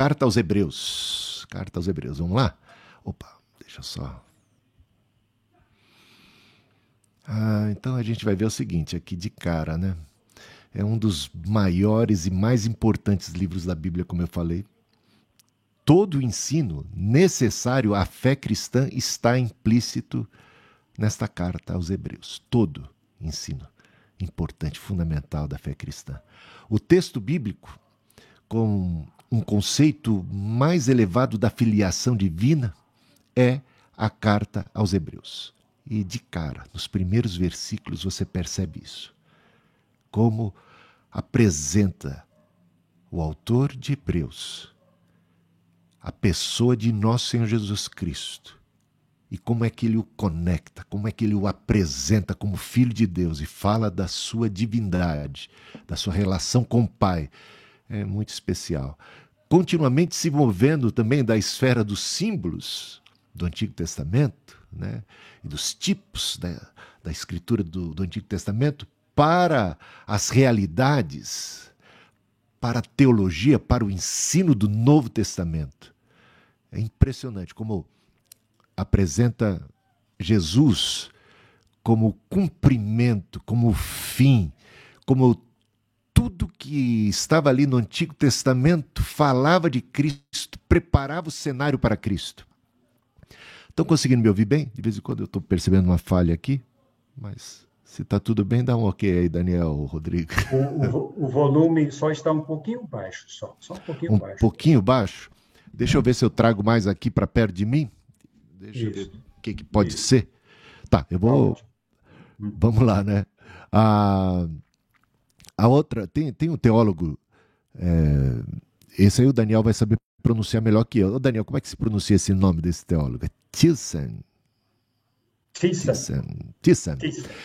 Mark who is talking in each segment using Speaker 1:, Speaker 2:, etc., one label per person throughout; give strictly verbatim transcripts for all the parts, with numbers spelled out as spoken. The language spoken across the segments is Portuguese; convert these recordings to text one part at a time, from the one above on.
Speaker 1: Carta aos Hebreus. Carta aos Hebreus, vamos lá? Opa, deixa eu só... Ah, então a gente vai ver o seguinte aqui de cara, né? É um dos maiores e mais importantes livros da Bíblia, como eu falei. Todo o ensino necessário à fé cristã está implícito nesta carta aos Hebreus. Todo ensino importante, fundamental da fé cristã. O texto bíblico, com um conceito mais elevado da filiação divina, é a carta aos Hebreus. E de cara, nos primeiros versículos, você percebe isso. Como apresenta o autor de Hebreus a pessoa de nosso Senhor Jesus Cristo. E como é que ele o conecta, como é que ele o apresenta como Filho de Deus e fala da sua divindade, da sua relação com o Pai. É muito especial. Continuamente se movendo também da esfera dos símbolos do Antigo Testamento, né, e dos tipos da, da escritura do, do Antigo Testamento para as realidades, para a teologia, para o ensino do Novo Testamento. É impressionante como apresenta Jesus como cumprimento, como fim, como tudo que estava ali no Antigo Testamento falava de Cristo, preparava o cenário para Cristo. Estão conseguindo me ouvir bem? De vez em quando eu estou percebendo uma falha aqui, mas se está tudo bem, dá um ok aí, Daniel, Rodrigo.
Speaker 2: O, o, o volume só está um pouquinho baixo, só, só um pouquinho
Speaker 1: um
Speaker 2: baixo. Um
Speaker 1: pouquinho baixo? Deixa eu ver se eu trago mais aqui para perto de mim. Deixa Isso. eu ver o que, que pode Isso. ser. Tá, eu vou... Vamos lá, né? A, a outra... Tem, tem um teólogo... É... Esse aí o Daniel vai saber pronunciar melhor que eu. Ô, Daniel, como é que se pronuncia esse nome desse teólogo? É Tilson.
Speaker 2: Tilson.
Speaker 1: Tilson.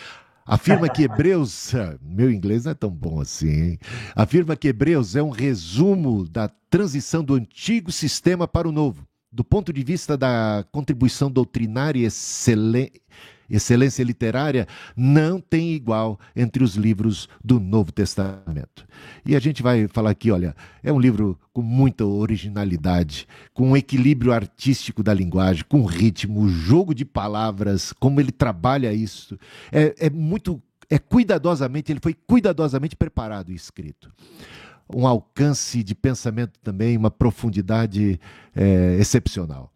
Speaker 1: Afirma que Hebreus... Meu inglês não é tão bom assim, hein? Afirma que Hebreus é um resumo da transição do antigo sistema para o novo. Do ponto de vista da contribuição doutrinária e excelen... excelência literária, não tem igual entre os livros do Novo Testamento. E a gente vai falar aqui, olha, é um livro com muita originalidade, com um equilíbrio artístico da linguagem, com ritmo, jogo de palavras, como ele trabalha isso. É, é muito, é cuidadosamente, ele foi cuidadosamente preparado e escrito. Um alcance de pensamento também, uma profundidade é, excepcional.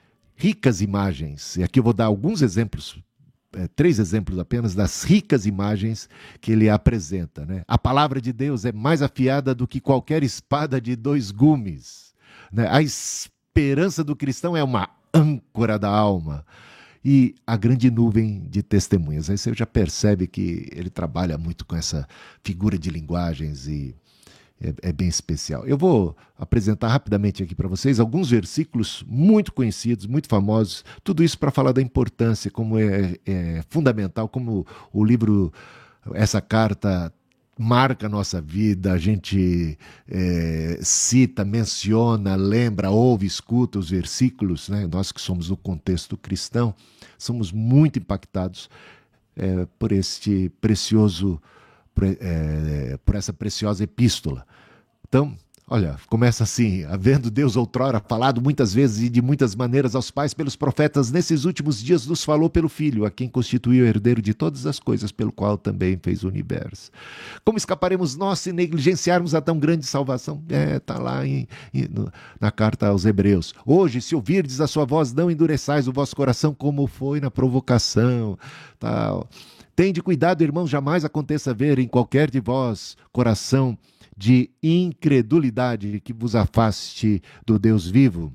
Speaker 1: Ricas imagens, e aqui eu vou dar alguns exemplos, é, três exemplos apenas, das ricas imagens que ele apresenta, né? A palavra de Deus é mais afiada do que qualquer espada de dois gumes, né? A esperança do cristão é uma âncora da alma. E a grande nuvem de testemunhas. Aí você já percebe que ele trabalha muito com essa figura de linguagens e É, é bem especial. Eu vou apresentar rapidamente aqui para vocês alguns versículos muito conhecidos, muito famosos, tudo isso para falar da importância, como é, é fundamental, como o livro, essa carta marca a nossa vida, a gente é, cita, menciona, lembra, ouve, escuta os versículos, né? Nós que somos do contexto cristão, somos muito impactados é, por este precioso Por, é, por essa preciosa epístola. Então, olha, começa assim: havendo Deus outrora falado muitas vezes e de muitas maneiras aos pais pelos profetas, nesses últimos dias nos falou pelo Filho, a quem constituiu o herdeiro de todas as coisas, pelo qual também fez o universo. Como escaparemos nós se negligenciarmos a tão grande salvação? É, está lá em, em, no, na carta aos Hebreus. Hoje, se ouvirdes a sua voz, não endureçais o vosso coração como foi na provocação, tal. Tende cuidado, irmãos, jamais aconteça ver em qualquer de vós coração de incredulidade que vos afaste do Deus vivo.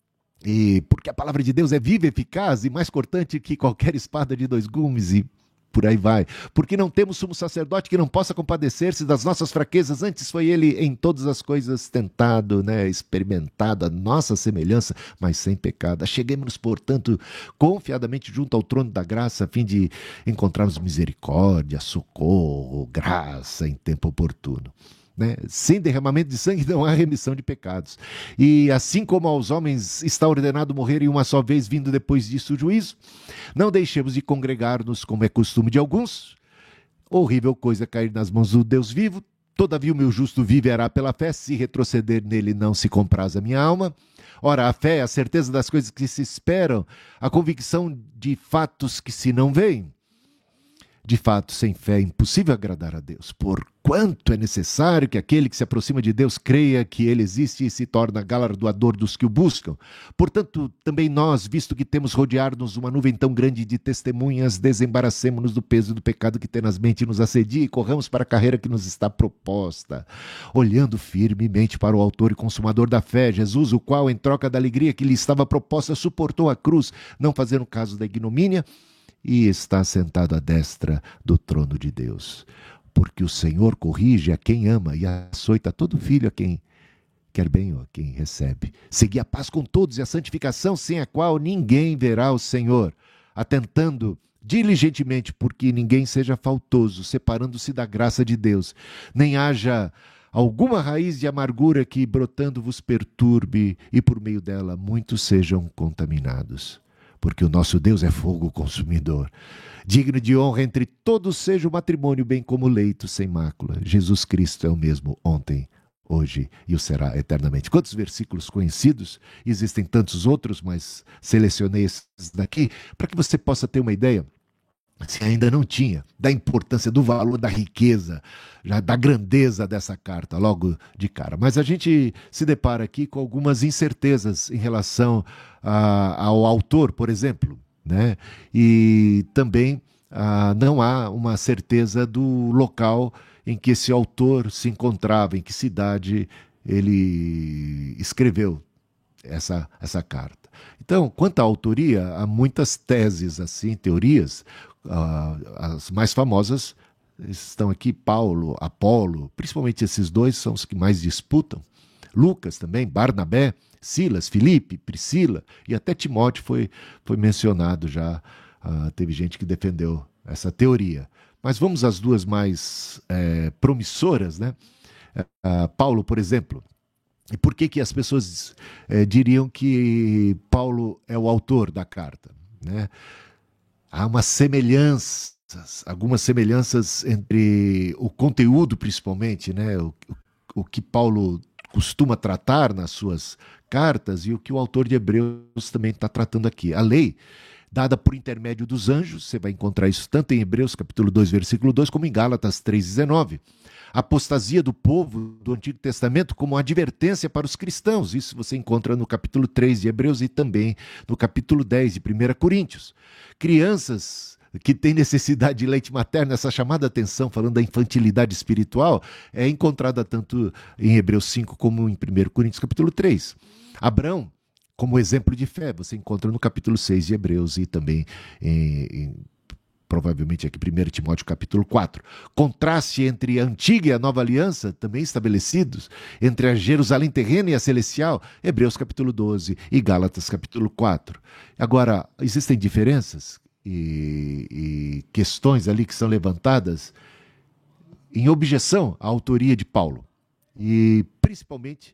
Speaker 1: E porque a palavra de Deus é viva, eficaz e mais cortante que qualquer espada de dois gumes e por aí vai. Porque não temos sumo sacerdote que não possa compadecer-se das nossas fraquezas, antes foi ele em todas as coisas tentado, né, experimentado a nossa semelhança, mas sem pecado. Acheguemos-nos, portanto, confiadamente junto ao trono da graça, a fim de encontrarmos misericórdia, socorro, graça em tempo oportuno. Né? Sem derramamento de sangue não há remissão de pecados. E assim como aos homens está ordenado morrer uma só vez, vindo depois disso o juízo, não deixemos de congregar-nos como é costume de alguns. Horrível coisa cair nas mãos do Deus vivo. Todavia o meu justo viverá pela fé, se retroceder nele não se compraz a minha alma. Ora, a fé é a certeza das coisas que se esperam, a convicção de fatos que se não veem. De fato, sem fé é impossível agradar a Deus, porquanto é necessário que aquele que se aproxima de Deus creia que ele existe e se torna galardoador dos que o buscam. Portanto, também nós, visto que temos rodear-nos uma nuvem tão grande de testemunhas, desembaracemo-nos do peso do pecado que tenazmente nos assedia e corramos para a carreira que nos está proposta, olhando firmemente para o autor e consumador da fé, Jesus, o qual, em troca da alegria que lhe estava proposta, suportou a cruz, não fazendo caso da ignomínia, e está sentado à destra do trono de Deus. Porque o Senhor corrige a quem ama e açoita todo filho a quem quer bem ou a quem recebe. Segui a paz com todos e a santificação, sem a qual ninguém verá o Senhor, atentando diligentemente porque ninguém seja faltoso, separando-se da graça de Deus, nem haja alguma raiz de amargura que brotando vos perturbe e por meio dela muitos sejam contaminados. Porque o nosso Deus é fogo consumidor. Digno de honra entre todos seja o matrimônio, bem como o leito sem mácula. Jesus Cristo é o mesmo ontem, hoje e o será eternamente. Quantos versículos conhecidos? Existem tantos outros, mas selecionei esses daqui para que você possa ter uma ideia, se ainda não tinha, da importância, do valor, da riqueza, já da grandeza dessa carta, logo de cara. Mas a gente se depara aqui com algumas incertezas em relação a, ao autor, por exemplo, né? E também a, não há uma certeza do local em que esse autor se encontrava, em que cidade ele escreveu essa, essa carta. Então, quanto à autoria, há muitas teses, assim, teorias. Uh, as mais famosas estão aqui, Paulo, Apolo, principalmente esses dois são os que mais disputam. Lucas também, Barnabé, Silas, Filipe, Priscila e até Timóteo foi, foi mencionado já. Uh, teve gente que defendeu essa teoria. Mas vamos às duas mais é, promissoras, né? Uh, Paulo, por exemplo. E por que que as pessoas é, diriam que Paulo é o autor da carta, né? Há umas semelhanças, algumas semelhanças entre o conteúdo, principalmente, né? o, o que Paulo costuma tratar nas suas cartas e o que o autor de Hebreus também está tratando aqui. A lei, dada por intermédio dos anjos, você vai encontrar isso tanto em Hebreus capítulo dois, versículo dois, como em Gálatas três, dezenove. A apostasia do povo do Antigo Testamento como advertência para os cristãos. Isso você encontra no capítulo três de Hebreus e também no capítulo dez de primeira Coríntios. Crianças que têm necessidade de leite materno, essa chamada atenção, falando da infantilidade espiritual, é encontrada tanto em Hebreus cinco como em primeira Coríntios capítulo três. Abraão, como exemplo de fé, você encontra no capítulo seis de Hebreus e também em... em provavelmente aqui primeira Timóteo capítulo quatro. Contraste entre a antiga e a nova aliança, também estabelecidos, entre a Jerusalém terrena e a celestial, Hebreus capítulo doze e Gálatas capítulo quatro. Agora, existem diferenças e, e questões ali que são levantadas em objeção à autoria de Paulo. E principalmente,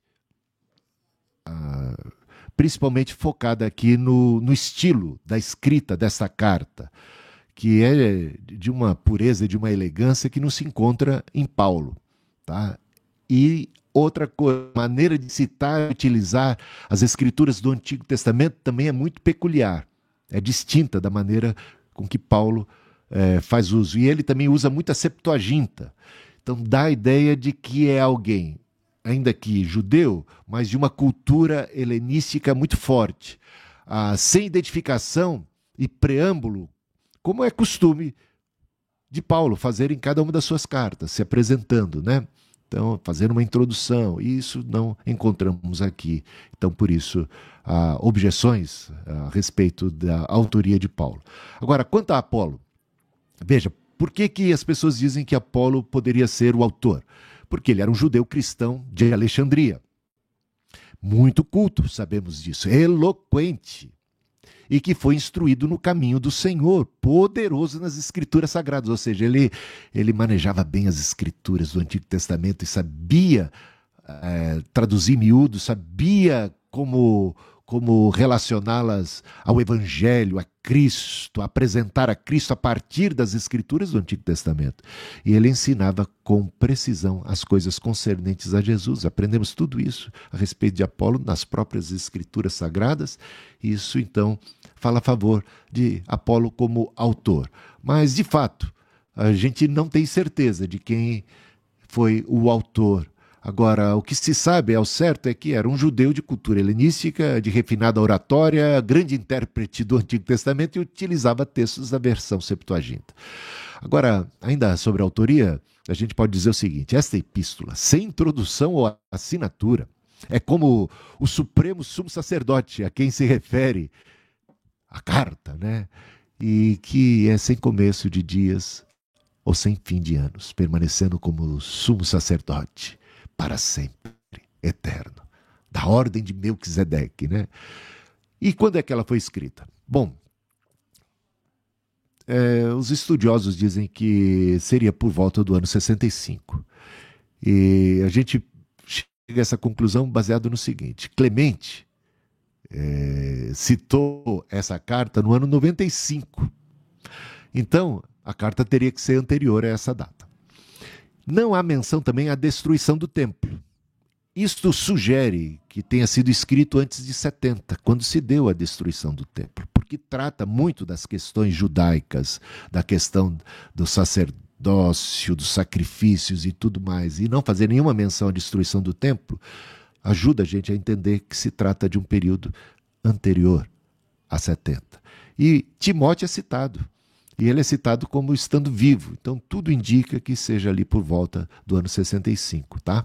Speaker 1: ah, principalmente focada aqui no, no estilo da escrita dessa carta, que é de uma pureza, de uma elegância que não se encontra em Paulo, tá? E outra coisa, a maneira de citar e utilizar as escrituras do Antigo Testamento também é muito peculiar, é distinta da maneira com que Paulo é, faz uso. E ele também usa muito a Septuaginta, então dá a ideia de que é alguém, ainda que judeu, mas de uma cultura helenística muito forte, ah, sem identificação e preâmbulo, como é costume de Paulo fazer em cada uma das suas cartas, se apresentando, né? Então, fazendo uma introdução, e isso não encontramos aqui. Então, por isso, há objeções a respeito da autoria de Paulo. Agora, quanto a Apolo, veja, por que que as pessoas dizem que Apolo poderia ser o autor? Porque ele era um judeu cristão de Alexandria. Muito culto, sabemos disso, eloquente, e que foi instruído no caminho do Senhor, poderoso nas escrituras sagradas, ou seja, ele, ele manejava bem as escrituras do Antigo Testamento e sabia é, traduzir miúdo, sabia como, como relacioná-las ao Evangelho, a Cristo, apresentar a Cristo a partir das Escrituras do Antigo Testamento. E ele ensinava com precisão as coisas concernentes a Jesus. Aprendemos tudo isso a respeito de Apolo nas próprias Escrituras Sagradas. Isso, então, fala a favor de Apolo como autor. Mas, de fato, a gente não tem certeza de quem foi o autor. Agora, o que se sabe ao certo é que era um judeu de cultura helenística, de refinada oratória, grande intérprete do Antigo Testamento e utilizava textos da versão Septuaginta. Agora, ainda sobre a autoria, a gente pode dizer o seguinte: esta epístola, sem introdução ou assinatura, é como o supremo sumo sacerdote a quem se refere a carta, né? E que é sem começo de dias ou sem fim de anos, permanecendo como sumo sacerdote para sempre, eterno, da ordem de Melquisedeque, né? E quando é que ela foi escrita? Bom, é, os estudiosos dizem que seria por volta do ano sessenta e cinco. E a gente chega a essa conclusão baseado no seguinte: Clemente é, citou essa carta no ano noventa e cinco. Então, a carta teria que ser anterior a essa data. Não há menção também à destruição do templo. Isto sugere que tenha sido escrito antes de setenta, quando se deu a destruição do templo, porque trata muito das questões judaicas, da questão do sacerdócio, dos sacrifícios e tudo mais. E não fazer nenhuma menção à destruição do templo ajuda a gente a entender que se trata de um período anterior a setenta. E Timóteo é citado. E ele é citado como estando vivo. Então, tudo indica que seja ali por volta do ano sessenta e cinco, tá?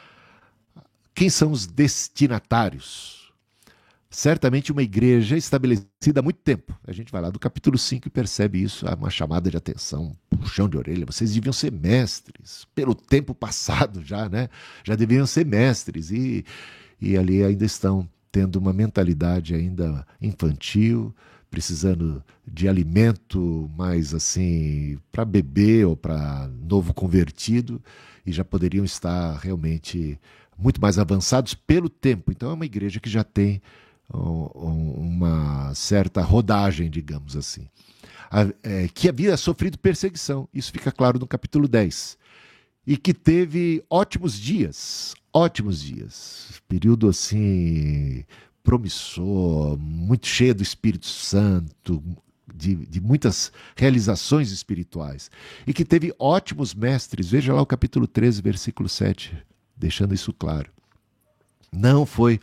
Speaker 1: Quem são os destinatários? Certamente uma igreja estabelecida há muito tempo. A gente vai lá do capítulo cinco e percebe isso, há uma chamada de atenção, um puxão de orelha. Vocês deviam ser mestres, pelo tempo passado já, né? Já deviam ser mestres. E, e ali ainda estão tendo uma mentalidade ainda infantil, precisando de alimento mais assim para bebê ou para novo convertido, e já poderiam estar realmente muito mais avançados pelo tempo. Então é uma igreja que já tem um, uma certa rodagem, digamos assim. A, é, que havia sofrido perseguição, isso fica claro no capítulo dez, e que teve ótimos dias, ótimos dias, período assim promissor, muito cheio do Espírito Santo, de, de muitas realizações espirituais, e que teve ótimos mestres. Veja lá o capítulo treze, versículo sete, deixando isso claro. Não foi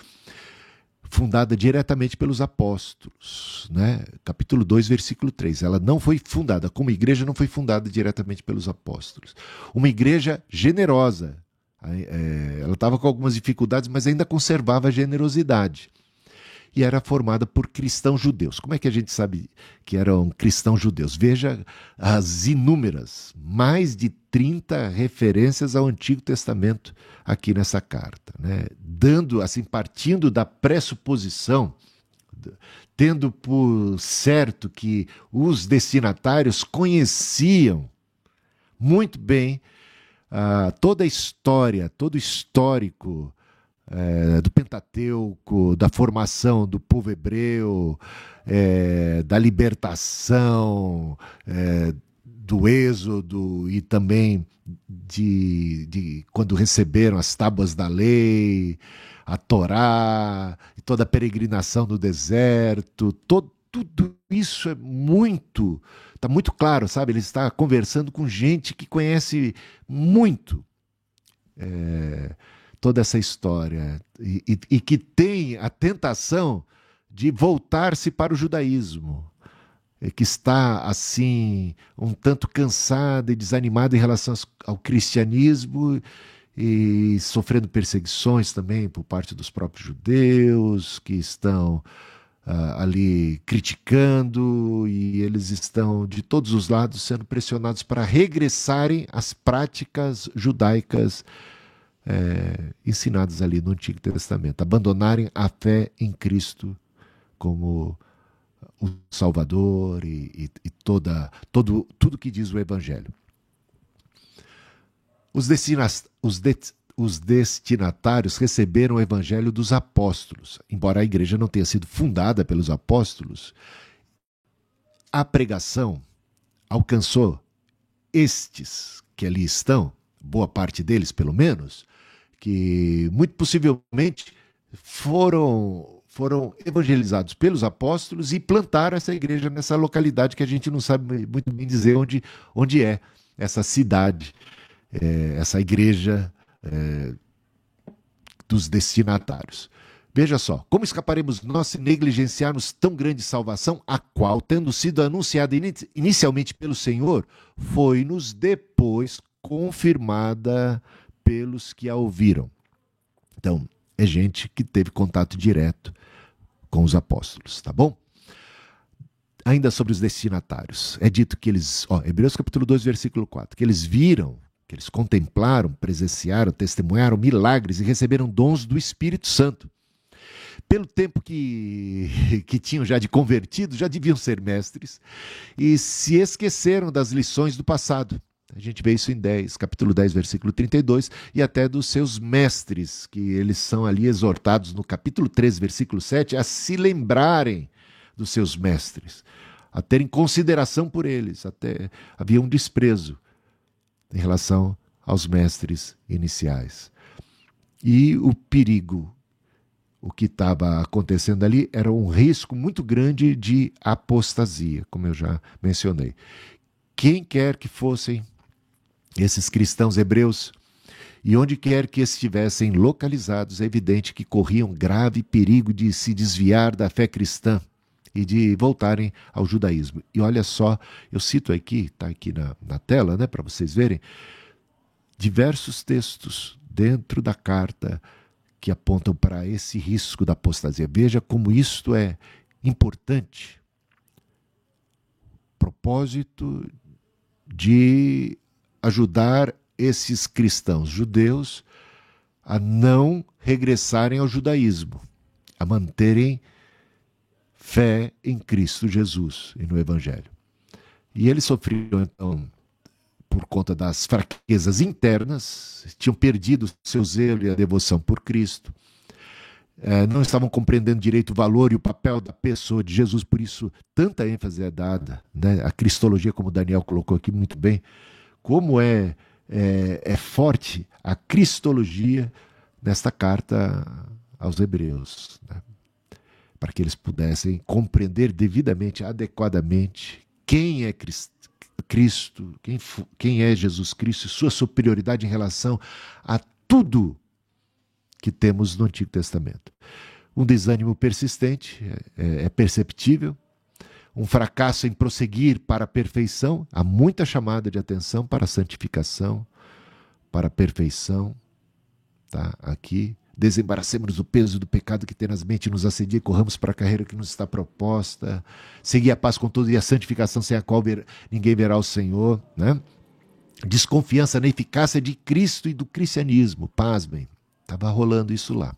Speaker 1: fundada diretamente pelos apóstolos, né? Capítulo dois, versículo três. Ela não foi fundada, como igreja, não foi fundada diretamente pelos apóstolos. Uma igreja generosa. Ela estava com algumas dificuldades, mas ainda conservava a generosidade. E era formada por cristãos judeus. Como é que a gente sabe que eram cristãos judeus? Veja as inúmeras, mais de trinta referências ao Antigo Testamento aqui nessa carta, né? Dando, assim, partindo da pressuposição, tendo por certo que os destinatários conheciam muito bem uh, toda a história, todo o histórico É, do Pentateuco, da formação do povo hebreu, é, da libertação, é, do Êxodo e também de, de quando receberam as tábuas da lei, a Torá, e toda a peregrinação no deserto, todo, tudo isso é muito, está muito claro, sabe? Ele está conversando com gente que conhece muito é, toda essa história, e, e, e que tem a tentação de voltar-se para o judaísmo, e que está, assim, um tanto cansada e desanimada em relação ao cristianismo, e sofrendo perseguições também por parte dos próprios judeus, que estão uh, ali criticando, e eles estão, de todos os lados, sendo pressionados para regressarem às práticas judaicas É, ensinados ali no Antigo Testamento, abandonarem a fé em Cristo como o Salvador e, e, e toda, todo, tudo que diz o Evangelho. Os, destinas, os, de, os destinatários receberam o evangelho dos apóstolos. Embora a igreja não tenha sido fundada pelos apóstolos, a pregação alcançou estes que ali estão, boa parte deles pelo menos, que muito possivelmente foram, foram evangelizados pelos apóstolos e plantaram essa igreja nessa localidade que a gente não sabe muito bem dizer onde, onde é essa cidade, é, essa igreja é, dos destinatários. Veja só, como escaparemos nós se negligenciarmos tão grande salvação, a qual, tendo sido anunciada inicialmente pelo Senhor, foi-nos depois confirmada pelos que a ouviram. Então, é gente que teve contato direto com os apóstolos, tá bom? Ainda sobre os destinatários, é dito que eles, ó, Hebreus capítulo dois, versículo quatro, que eles viram, que eles contemplaram, presenciaram, testemunharam milagres e receberam dons do Espírito Santo. Pelo tempo que, que tinham já de convertido, já deviam ser mestres e se esqueceram das lições do passado. A gente vê isso em dez, capítulo dez, versículo trinta e dois, e até dos seus mestres, que eles são ali exortados no capítulo treze, versículo sete, a se lembrarem dos seus mestres, a terem consideração por eles. Até havia um desprezo em relação aos mestres iniciais. E o perigo, o que estava acontecendo ali, era um risco muito grande de apostasia, como eu já mencionei. Quem quer que fossem esses cristãos hebreus, e onde quer que estivessem localizados, é evidente que corriam grave perigo de se desviar da fé cristã e de voltarem ao judaísmo. E olha só, eu cito aqui, está aqui na, na tela, né, para vocês verem, diversos textos dentro da carta que apontam para esse risco da apostasia. Veja como isto é importante. Propósito de ajudar esses cristãos judeus a não regressarem ao judaísmo, a manterem fé em Cristo Jesus e no Evangelho. E eles sofriam, então, por conta das fraquezas internas, tinham perdido seu zelo e a devoção por Cristo, é, não estavam compreendendo direito o valor e o papel da pessoa de Jesus, por isso tanta ênfase é dada, né? A cristologia, como o Daniel colocou aqui muito bem, como é, é, é forte a cristologia nesta carta aos Hebreus, né? Para que eles pudessem compreender devidamente, adequadamente, quem é Cristo, Cristo, quem, quem é Jesus Cristo e sua superioridade em relação a tudo que temos no Antigo Testamento. Um desânimo persistente, é, é perceptível, um fracasso em prosseguir para a perfeição, há muita chamada de atenção para a santificação, para a perfeição, tá? Aqui, desembaracemos do peso do pecado que tenazmente nos assedia e corramos para a carreira que nos está proposta, seguir a paz com todos e a santificação sem a qual ver, ninguém verá o Senhor, né? Desconfiança na eficácia de Cristo e do cristianismo, pasmem, estava rolando isso lá.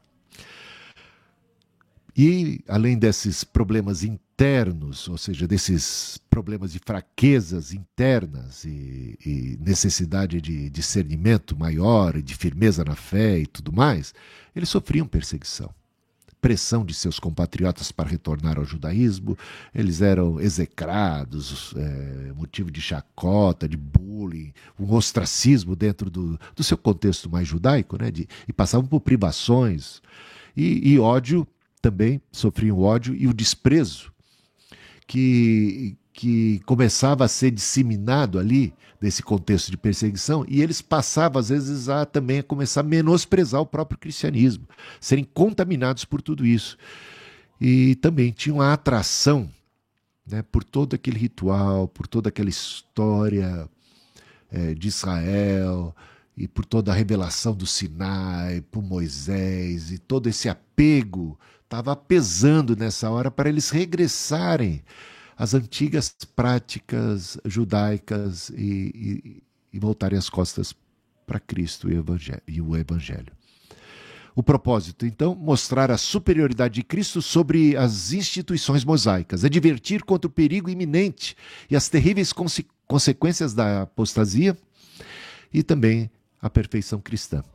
Speaker 1: E, além desses problemas internos, ou seja, desses problemas de fraquezas internas e, e necessidade de discernimento maior e de firmeza na fé e tudo mais, eles sofriam perseguição. Pressão de seus compatriotas para retornar ao judaísmo, eles eram execrados, é, motivo de chacota, de bullying, um ostracismo dentro do, do seu contexto mais judaico, né, de, e passavam por privações e, e ódio. Também sofriam o ódio e o desprezo que, que começava a ser disseminado ali, nesse contexto de perseguição, e eles passavam, às vezes, a também a começar a menosprezar o próprio cristianismo, serem contaminados por tudo isso. E também tinham a atração, né, por todo aquele ritual, por toda aquela história é, de Israel, e por toda a revelação do Sinai, por Moisés, e todo esse apego estava pesando nessa hora para eles regressarem às antigas práticas judaicas e, e, e voltarem as costas para Cristo e o Evangelho, e o Evangelho. O propósito, então, mostrar a superioridade de Cristo sobre as instituições mosaicas, advertir contra o perigo iminente e as terríveis conse- consequências da apostasia e também a perfeição cristã.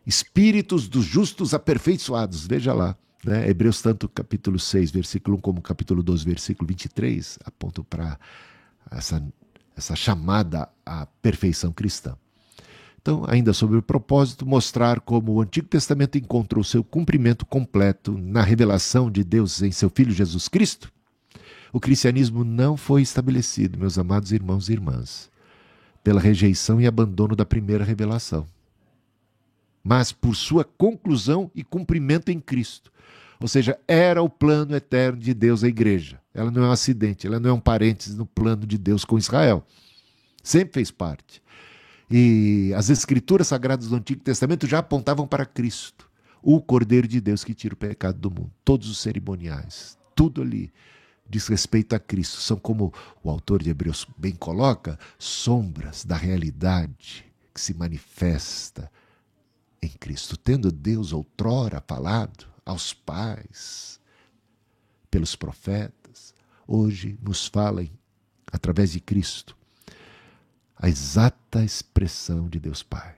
Speaker 1: espíritos dos justos aperfeiçoados, veja lá. Né? Hebreus, tanto capítulo seis, versículo um, como capítulo doze, versículo vinte e três, apontam para essa, essa chamada à perfeição cristã. Então, ainda sobre o propósito, mostrar como o Antigo Testamento encontrou seu cumprimento completo na revelação de Deus em seu Filho Jesus Cristo, o cristianismo não foi estabelecido, meus amados irmãos e irmãs, pela rejeição e abandono da primeira revelação, mas por sua conclusão e cumprimento em Cristo. Ou seja, era o plano eterno de Deus a igreja. Ela não é um acidente, ela não é um parênteses no plano de Deus com Israel. Sempre fez parte. E as escrituras sagradas do Antigo Testamento já apontavam para Cristo, o Cordeiro de Deus que tira o pecado do mundo. Todos os cerimoniais, tudo ali diz respeito a Cristo. São, como o autor de Hebreus bem coloca, sombras da realidade que se manifesta em Cristo. Tendo Deus outrora falado aos pais, pelos profetas, hoje nos fala através de Cristo a exata expressão de Deus Pai.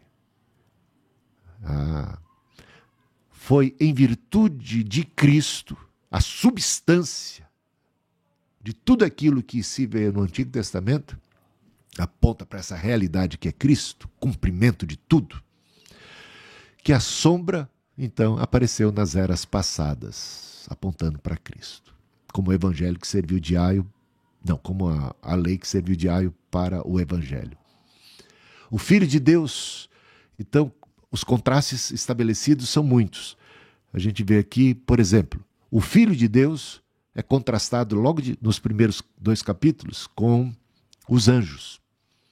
Speaker 1: Ah, foi em virtude de Cristo, a substância de tudo aquilo que se vê no Antigo Testamento, aponta para essa realidade que é Cristo, cumprimento de tudo, que a sombra, então, apareceu nas eras passadas, apontando para Cristo, como o evangelho que serviu de aio, não, como a, a lei que serviu de aio para o evangelho. O Filho de Deus, então, os contrastes estabelecidos são muitos. A gente vê aqui, por exemplo, o Filho de Deus é contrastado logo de, nos primeiros dois capítulos com os anjos.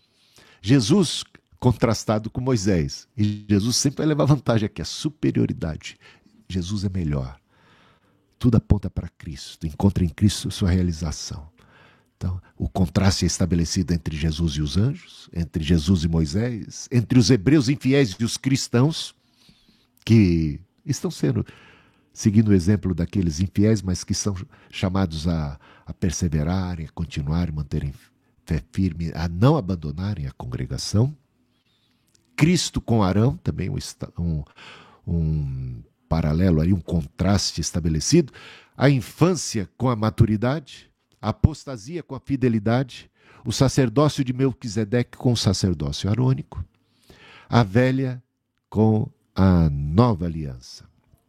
Speaker 1: Jesus contrastado com Moisés. E Jesus sempre vai levar vantagem aqui, a superioridade. Jesus é melhor. Tudo aponta para Cristo, encontra em Cristo sua realização. Então, o contraste é estabelecido entre Jesus e os anjos, entre Jesus e Moisés, entre os hebreus infiéis e os cristãos, que estão sendo, seguindo o exemplo daqueles infiéis, mas que são chamados a, a perseverarem, a continuarem, manterem fé firme, a não abandonarem a congregação. Cristo com Arão, também um, um, um paralelo, aí, um contraste estabelecido. A infância com a maturidade, a apostasia com a fidelidade, o sacerdócio de Melquisedeque com o sacerdócio arônico, a velha com a nova aliança.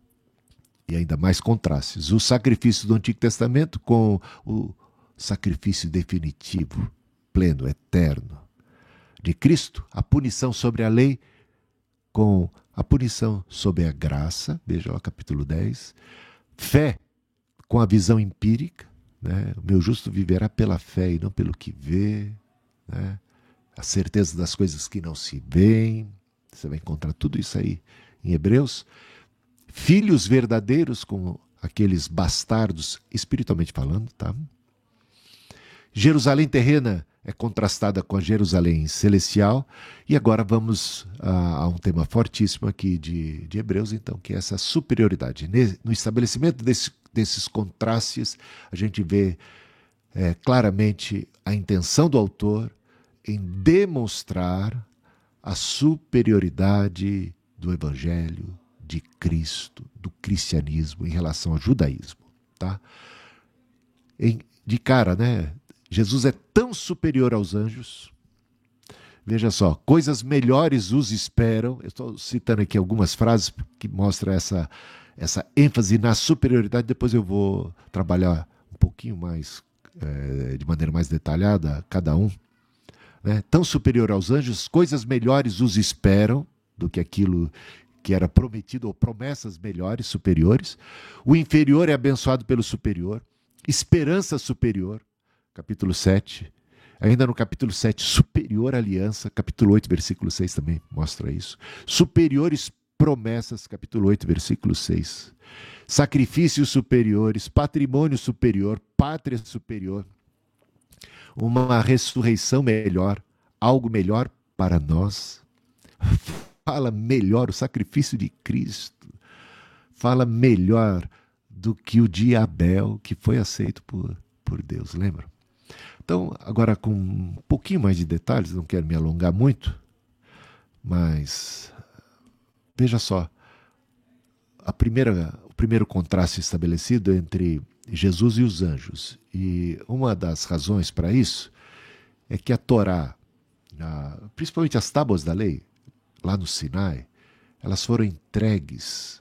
Speaker 1: E ainda mais contrastes, o sacrifício do Antigo Testamento com o sacrifício definitivo, pleno, eterno de Cristo, a punição sobre a lei com a punição sobre a graça, veja lá capítulo dez, fé com a visão empírica, né? O meu justo viverá pela fé e não pelo que vê, né? A certeza das coisas que não se veem, você vai encontrar tudo isso aí em Hebreus. Filhos verdadeiros com aqueles bastardos, espiritualmente falando, tá? Jerusalém terrena é contrastada com a Jerusalém celestial. E agora vamos a, a um tema fortíssimo aqui de, de Hebreus, então, que é essa superioridade. No estabelecimento desse, desses contrastes, a gente vê é, claramente a intenção do autor em demonstrar a superioridade do Evangelho, de Cristo, do cristianismo em relação ao judaísmo. Tá? Em, de cara, né? Jesus é tão superior aos anjos. Veja só, coisas melhores os esperam. Eu estou citando aqui algumas frases que mostram essa, essa ênfase na superioridade. Depois eu vou trabalhar um pouquinho mais, é, de maneira mais detalhada, cada um. Né? Tão superior aos anjos, coisas melhores os esperam do que aquilo que era prometido, ou promessas melhores, superiores. O inferior é abençoado pelo superior. Esperança superior. Capítulo sete, ainda no capítulo sete, superior aliança, capítulo oito, versículo seis também mostra isso. Superiores promessas, capítulo oito, versículo seis. Sacrifícios superiores, patrimônio superior, pátria superior, uma ressurreição melhor, algo melhor para nós. Fala melhor o sacrifício de Cristo, fala melhor do que o de Abel, que foi aceito por, por Deus, lembra? Então, agora com um pouquinho mais de detalhes, não quero me alongar muito, mas veja só, a primeira, o primeiro contraste estabelecido entre Jesus e os anjos. E uma das razões para isso é que a Torá, a, principalmente as tábuas da lei, lá no Sinai, elas foram entregues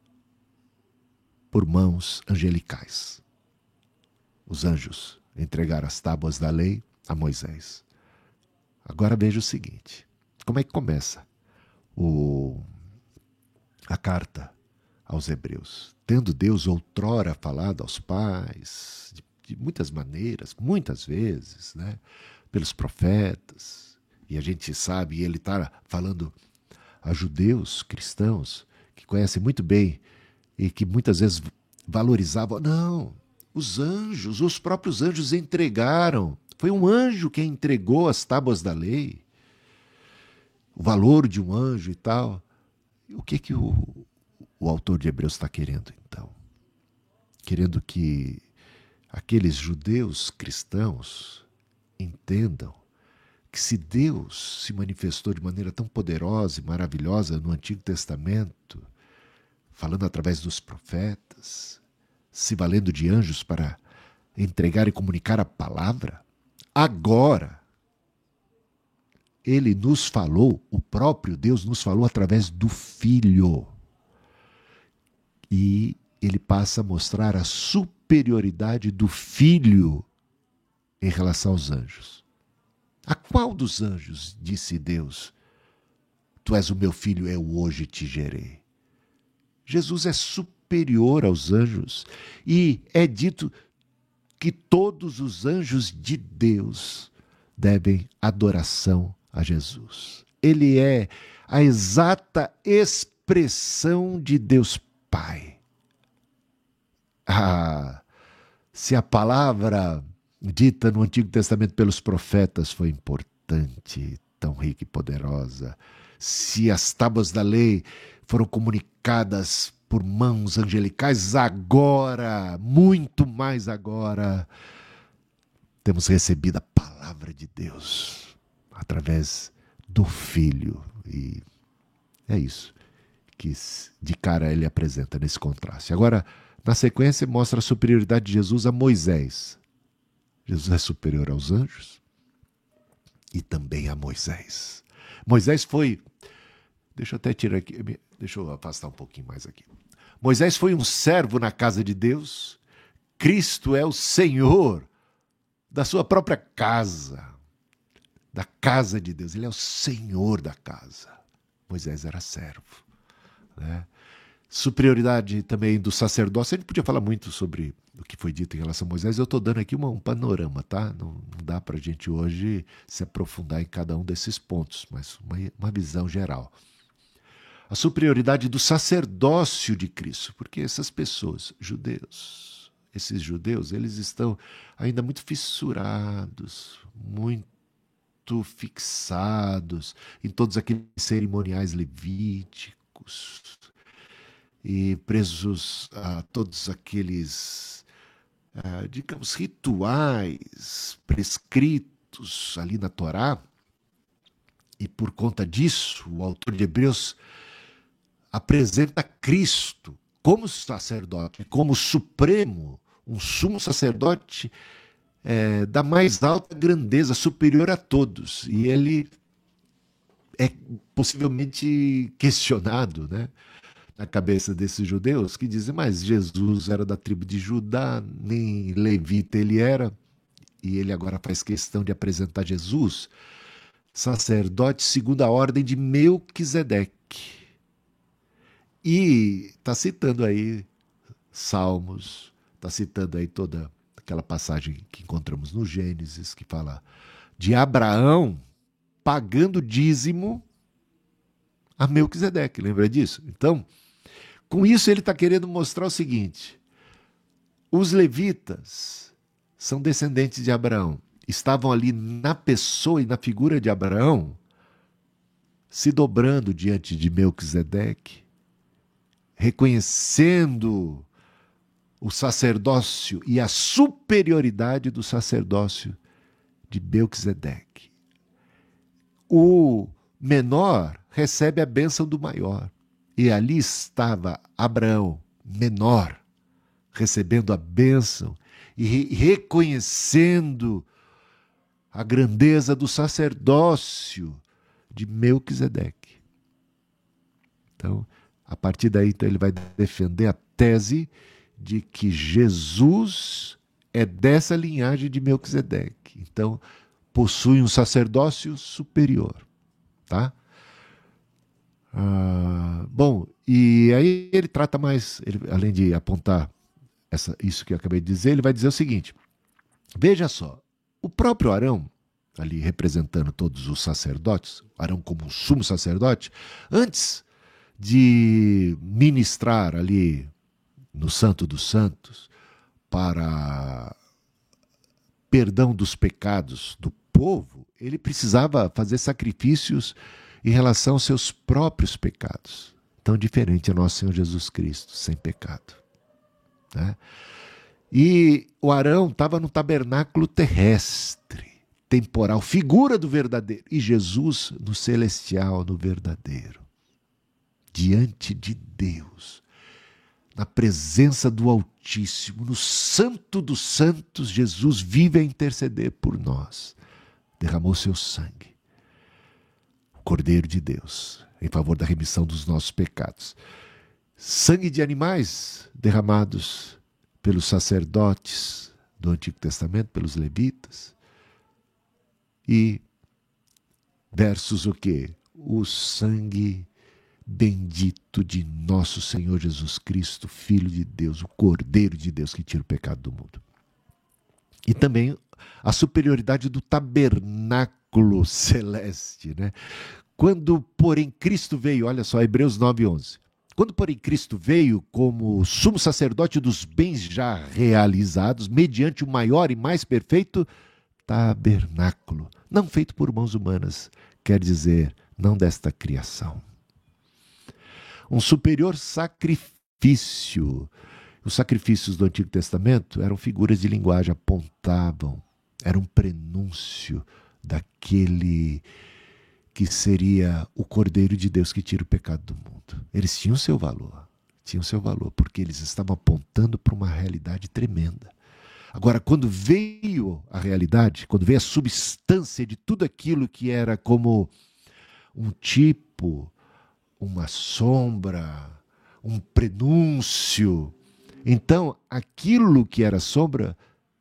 Speaker 1: por mãos angelicais. Os anjos entregaram as tábuas da lei a Moisés. Agora veja o seguinte, como é que começa o, a carta aos Hebreus? Tendo Deus outrora falado aos pais, de, de muitas maneiras, muitas vezes, né, pelos profetas, e a gente sabe, ele está falando a judeus, cristãos, que conhecem muito bem e que muitas vezes valorizavam. Não, os anjos, os próprios anjos entregaram. Foi um anjo quem entregou as tábuas da lei, o valor de um anjo e tal. O que que o, o autor de Hebreus está querendo, então? Querendo que aqueles judeus cristãos entendam que se Deus se manifestou de maneira tão poderosa e maravilhosa no Antigo Testamento, falando através dos profetas, se valendo de anjos para entregar e comunicar a palavra, agora ele nos falou, o próprio Deus nos falou através do Filho. E ele passa a mostrar a superioridade do Filho em relação aos anjos. A qual dos anjos disse Deus: Tu és o meu filho, eu hoje te gerei? Jesus é superior aos anjos e é dito que todos os anjos de Deus devem adoração a Jesus. Ele é a exata expressão de Deus Pai. Ah, se a palavra dita no Antigo Testamento pelos profetas foi importante, tão rica e poderosa, se as tábuas da lei foram comunicadas por mãos angelicais, agora, muito mais agora, temos recebido a palavra de Deus através do Filho. E é isso que de cara ele apresenta nesse contraste. Agora, na sequência, mostra a superioridade de Jesus a Moisés. Jesus é superior aos anjos e também a Moisés. Moisés foi... Deixa eu até tirar aqui... Deixa eu afastar um pouquinho mais aqui. Moisés foi um servo na casa de Deus. Cristo é o Senhor da sua própria casa. Da casa de Deus. Ele é o Senhor da casa. Moisés era servo, né? Superioridade também do sacerdócio. A gente podia falar muito sobre o que foi dito em relação a Moisés. Eu estou dando aqui uma, um panorama, tá? Não, não dá para a gente hoje se aprofundar em cada um desses pontos, mas uma, uma visão geral. A superioridade do sacerdócio de Cristo, porque essas pessoas, judeus, esses judeus, eles estão ainda muito fissurados, muito fixados em todos aqueles cerimoniais levíticos, e presos a todos aqueles, uh, digamos, rituais prescritos ali na Torá. E por conta disso, o autor de Hebreus apresenta Cristo como sacerdote, como supremo, um sumo sacerdote é, da mais alta grandeza, superior a todos. E ele é possivelmente questionado, né? Na cabeça desses judeus, que dizem, mas Jesus era da tribo de Judá, nem levita ele era, e ele agora faz questão de apresentar Jesus, sacerdote segundo a ordem de Melquisedeque. E está citando aí Salmos, está citando aí toda aquela passagem que encontramos no Gênesis, que fala de Abraão pagando dízimo a Melquisedeque, lembra disso? Então, com isso ele está querendo mostrar o seguinte: os levitas são descendentes de Abraão, estavam ali na pessoa e na figura de Abraão, se dobrando diante de Melquisedeque, reconhecendo o sacerdócio e a superioridade do sacerdócio de Melquisedeque. O menor recebe a bênção do maior. E ali estava Abraão, menor, recebendo a bênção e re- reconhecendo a grandeza do sacerdócio de Melquisedeque. Então, a partir daí, então, ele vai defender a tese de que Jesus é dessa linhagem de Melquisedeque. Então, possui um sacerdócio superior, tá? Ah, bom, e aí ele trata mais, ele, além de apontar essa, isso que eu acabei de dizer, ele vai dizer o seguinte: veja só, o próprio Arão, ali representando todos os sacerdotes, Arão como um sumo sacerdote, antes de ministrar ali no Santo dos Santos para perdão dos pecados do povo, ele precisava fazer sacrifícios em relação aos seus próprios pecados. Tão diferente é nosso Senhor Jesus Cristo, sem pecado, né? E o Arão estava no tabernáculo terrestre, temporal, figura do verdadeiro, e Jesus no celestial, no verdadeiro, diante de Deus, na presença do Altíssimo, no Santo dos Santos. Jesus vive a interceder por nós, derramou seu sangue, o Cordeiro de Deus, em favor da remissão dos nossos pecados. Sangue de animais derramados pelos sacerdotes do Antigo Testamento, pelos levitas, e versus o quê? O sangue bendito de nosso Senhor Jesus Cristo, Filho de Deus, o Cordeiro de Deus que tira o pecado do mundo. E também a superioridade do tabernáculo celeste, né? Quando, porém, Cristo veio, olha só, Hebreus nove, onze. Quando, porém, Cristo veio como sumo sacerdote dos bens já realizados, mediante o maior e mais perfeito tabernáculo, não feito por mãos humanas, quer dizer, não desta criação. Um superior sacrifício. Os sacrifícios do Antigo Testamento eram figuras de linguagem, apontavam, era um prenúncio daquele que seria o Cordeiro de Deus que tira o pecado do mundo. Eles tinham seu valor, tinham seu valor, porque eles estavam apontando para uma realidade tremenda. Agora, quando veio a realidade, quando veio a substância de tudo aquilo que era como um tipo, uma sombra, um prenúncio, então aquilo que era sombra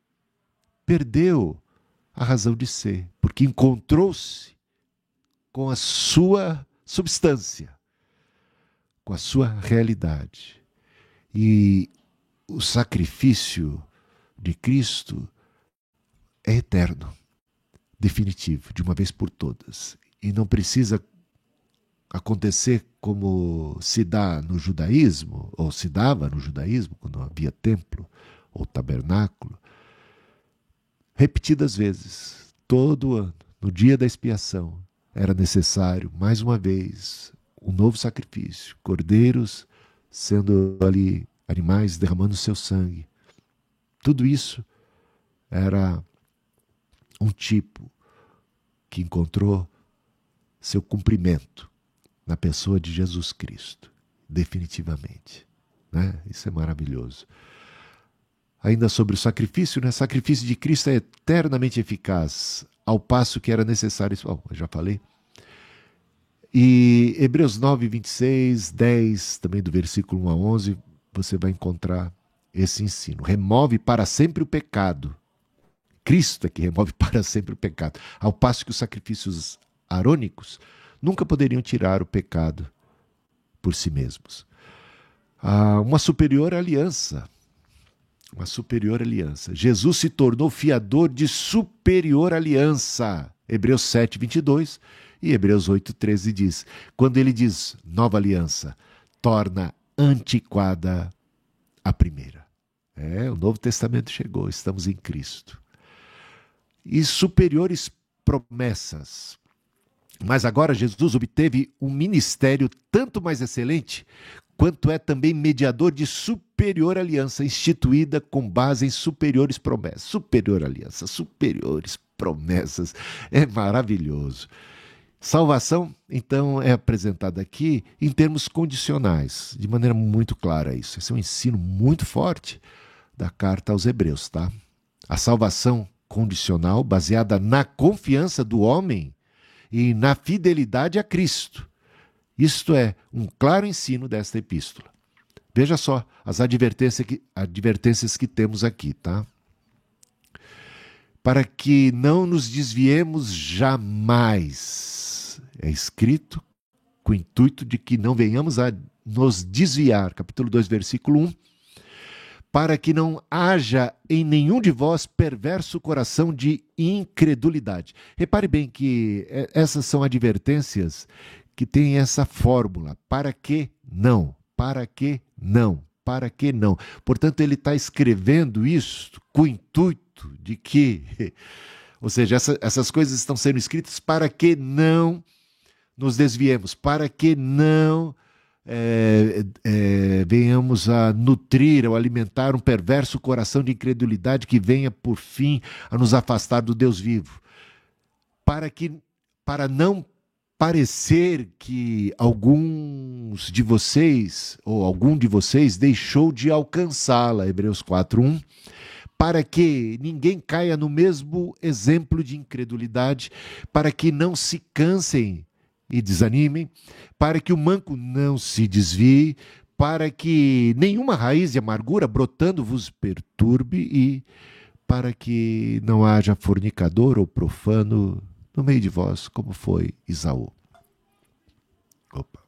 Speaker 1: perdeu a razão de ser, porque encontrou-se com a sua substância, com a sua realidade. E o sacrifício de Cristo é eterno, definitivo, de uma vez por todas. E não precisa acontecer como se dá no judaísmo, ou se dava no judaísmo, quando não havia templo ou tabernáculo, repetidas vezes, todo ano, no dia da expiação, era necessário, mais uma vez, um novo sacrifício, cordeiros sendo ali animais derramando seu sangue. Tudo isso era um tipo que encontrou seu cumprimento na pessoa de Jesus Cristo, definitivamente, né? Isso é maravilhoso. Ainda sobre o sacrifício, né? O sacrifício de Cristo é eternamente eficaz, ao passo que era necessário, bom, eu já falei. E Hebreus nove, vinte e seis, dez, também do versículo um a onze, você vai encontrar esse ensino. Remove para sempre o pecado. Cristo é que remove para sempre o pecado, ao passo que os sacrifícios arônicos nunca poderiam tirar o pecado por si mesmos. Ah, uma superior aliança. Uma superior aliança. Jesus se tornou fiador de superior aliança. Hebreus sete, vinte e dois e Hebreus oito, treze diz, quando ele diz nova aliança, torna antiquada a primeira. É, o Novo Testamento chegou, estamos em Cristo. E superiores promessas. Mas agora Jesus obteve um ministério tanto mais excelente, quanto é também mediador de superior aliança, instituída com base em superiores promessas. Superior aliança, superiores promessas. É maravilhoso. Salvação, então, é apresentada aqui em termos condicionais, de maneira muito clara isso. Esse é um ensino muito forte da carta aos Hebreus, tá? A salvação condicional, baseada na confiança do homem e na fidelidade a Cristo. Isto é um claro ensino desta epístola. Veja só as advertências que, advertências que temos aqui, tá? Para que não nos desviemos jamais. É escrito com o intuito de que não venhamos a nos desviar. Capítulo dois, versículo um. Para que não haja em nenhum de vós perverso coração de incredulidade. Repare bem que essas são advertências que têm essa fórmula. Para que não? Para que não? Para que não? Portanto, ele está escrevendo isso com o intuito de que, ou seja, essa, essas coisas estão sendo escritas para que não nos desviemos, para que não é, é, venhamos a nutrir ou alimentar um perverso coração de incredulidade que venha, por fim, a nos afastar do Deus vivo. Para que, para não parecer que alguns de vocês, ou algum de vocês, deixou de alcançá-la, Hebreus quatro, um, para que ninguém caia no mesmo exemplo de incredulidade, para que não se cansem e desanimem, para que o manco não se desvie, para que nenhuma raiz de amargura brotando vos perturbe e para que não haja fornicador ou profano no meio de vós, como foi Esaú. Opa.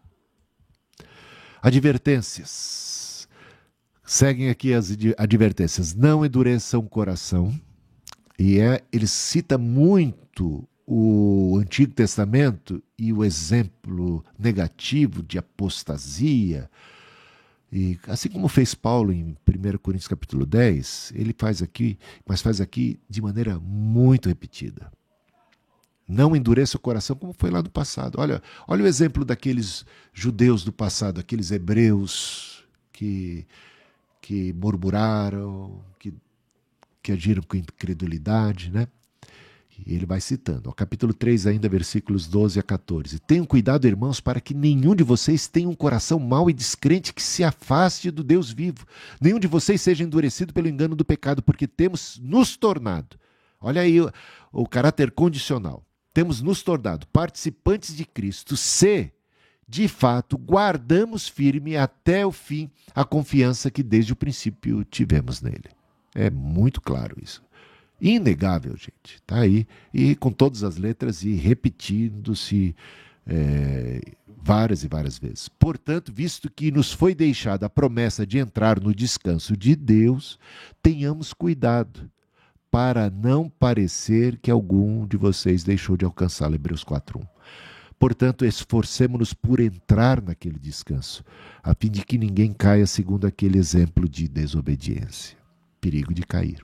Speaker 1: Advertências. Seguem aqui as advertências. Não endureçam o coração. E é, ele cita muito o Antigo Testamento e o exemplo negativo de apostasia. E assim como fez Paulo em primeira Coríntios capítulo dez, ele faz aqui, mas faz aqui de maneira muito repetida. Não endureça o coração como foi lá no passado. Olha, olha o exemplo daqueles judeus do passado, aqueles hebreus que que murmuraram, que, que agiram com incredulidade, né? E ele vai citando, ó, capítulo três ainda, versículos doze a quatorze. Tenham cuidado, irmãos, para que nenhum de vocês tenha um coração mau e descrente que se afaste do Deus vivo. Nenhum de vocês seja endurecido pelo engano do pecado, porque temos nos tornado, olha aí o, o caráter condicional, temos nos tornado participantes de Cristo, se de fato, guardamos firme até o fim a confiança que desde o princípio tivemos nele. É muito claro isso. Inegável, gente. Está aí, e com todas as letras e repetindo-se é, várias e várias vezes. Portanto, visto que nos foi deixada a promessa de entrar no descanso de Deus, tenhamos cuidado para não parecer que algum de vocês deixou de alcançá-lo. Hebreus quatro, um. Portanto, esforcemo-nos por entrar naquele descanso, a fim de que ninguém caia segundo aquele exemplo de desobediência. Perigo de cair.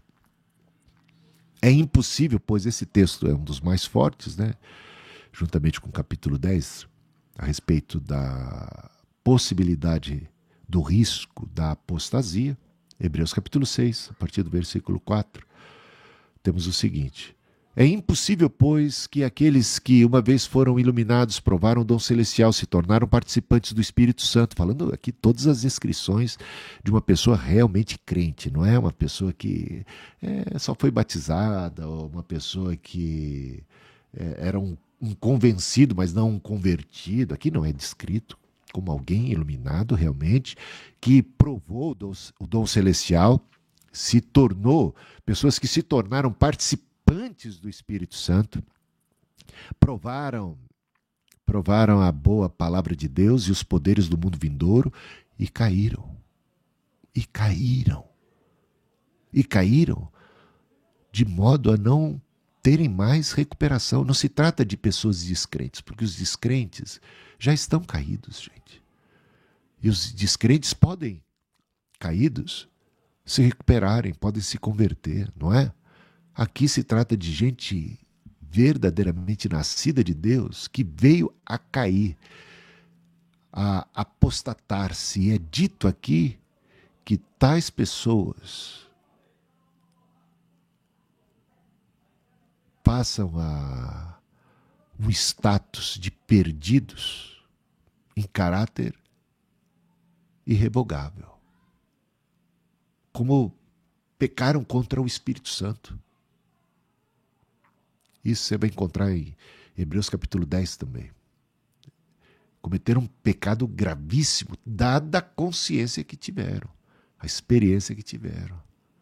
Speaker 1: É impossível, pois esse texto é um dos mais fortes, né? Juntamente com o capítulo dez, a respeito da possibilidade do risco da apostasia. Hebreus capítulo seis, a partir do versículo quatro, temos o seguinte: é impossível, pois, que aqueles que uma vez foram iluminados, provaram o dom celestial, se tornaram participantes do Espírito Santo, falando aqui todas as descrições de uma pessoa realmente crente, não é uma pessoa que é, só foi batizada, ou uma pessoa que é, era um, um convencido, mas não um convertido. Aqui não é descrito como alguém iluminado realmente, que provou o dom, o dom celestial, se tornou, pessoas que se tornaram participantes antes do Espírito Santo, provaram, provaram a boa palavra de Deus e os poderes do mundo vindouro e caíram. E caíram. E caíram de modo a não terem mais recuperação. Não se trata de pessoas descrentes, porque os descrentes já estão caídos, gente. E os descrentes podem, caídos, se recuperarem, podem se converter, não é? Aqui se trata de gente verdadeiramente nascida de Deus, que veio a cair, a apostatar-se. E é dito aqui que tais pessoas passam a um status de perdidos em caráter irrevogável. Como pecaram contra o Espírito Santo. Isso você vai encontrar em Hebreus capítulo dez também. Cometeram um pecado gravíssimo, dada a consciência que tiveram, a experiência que tiveram.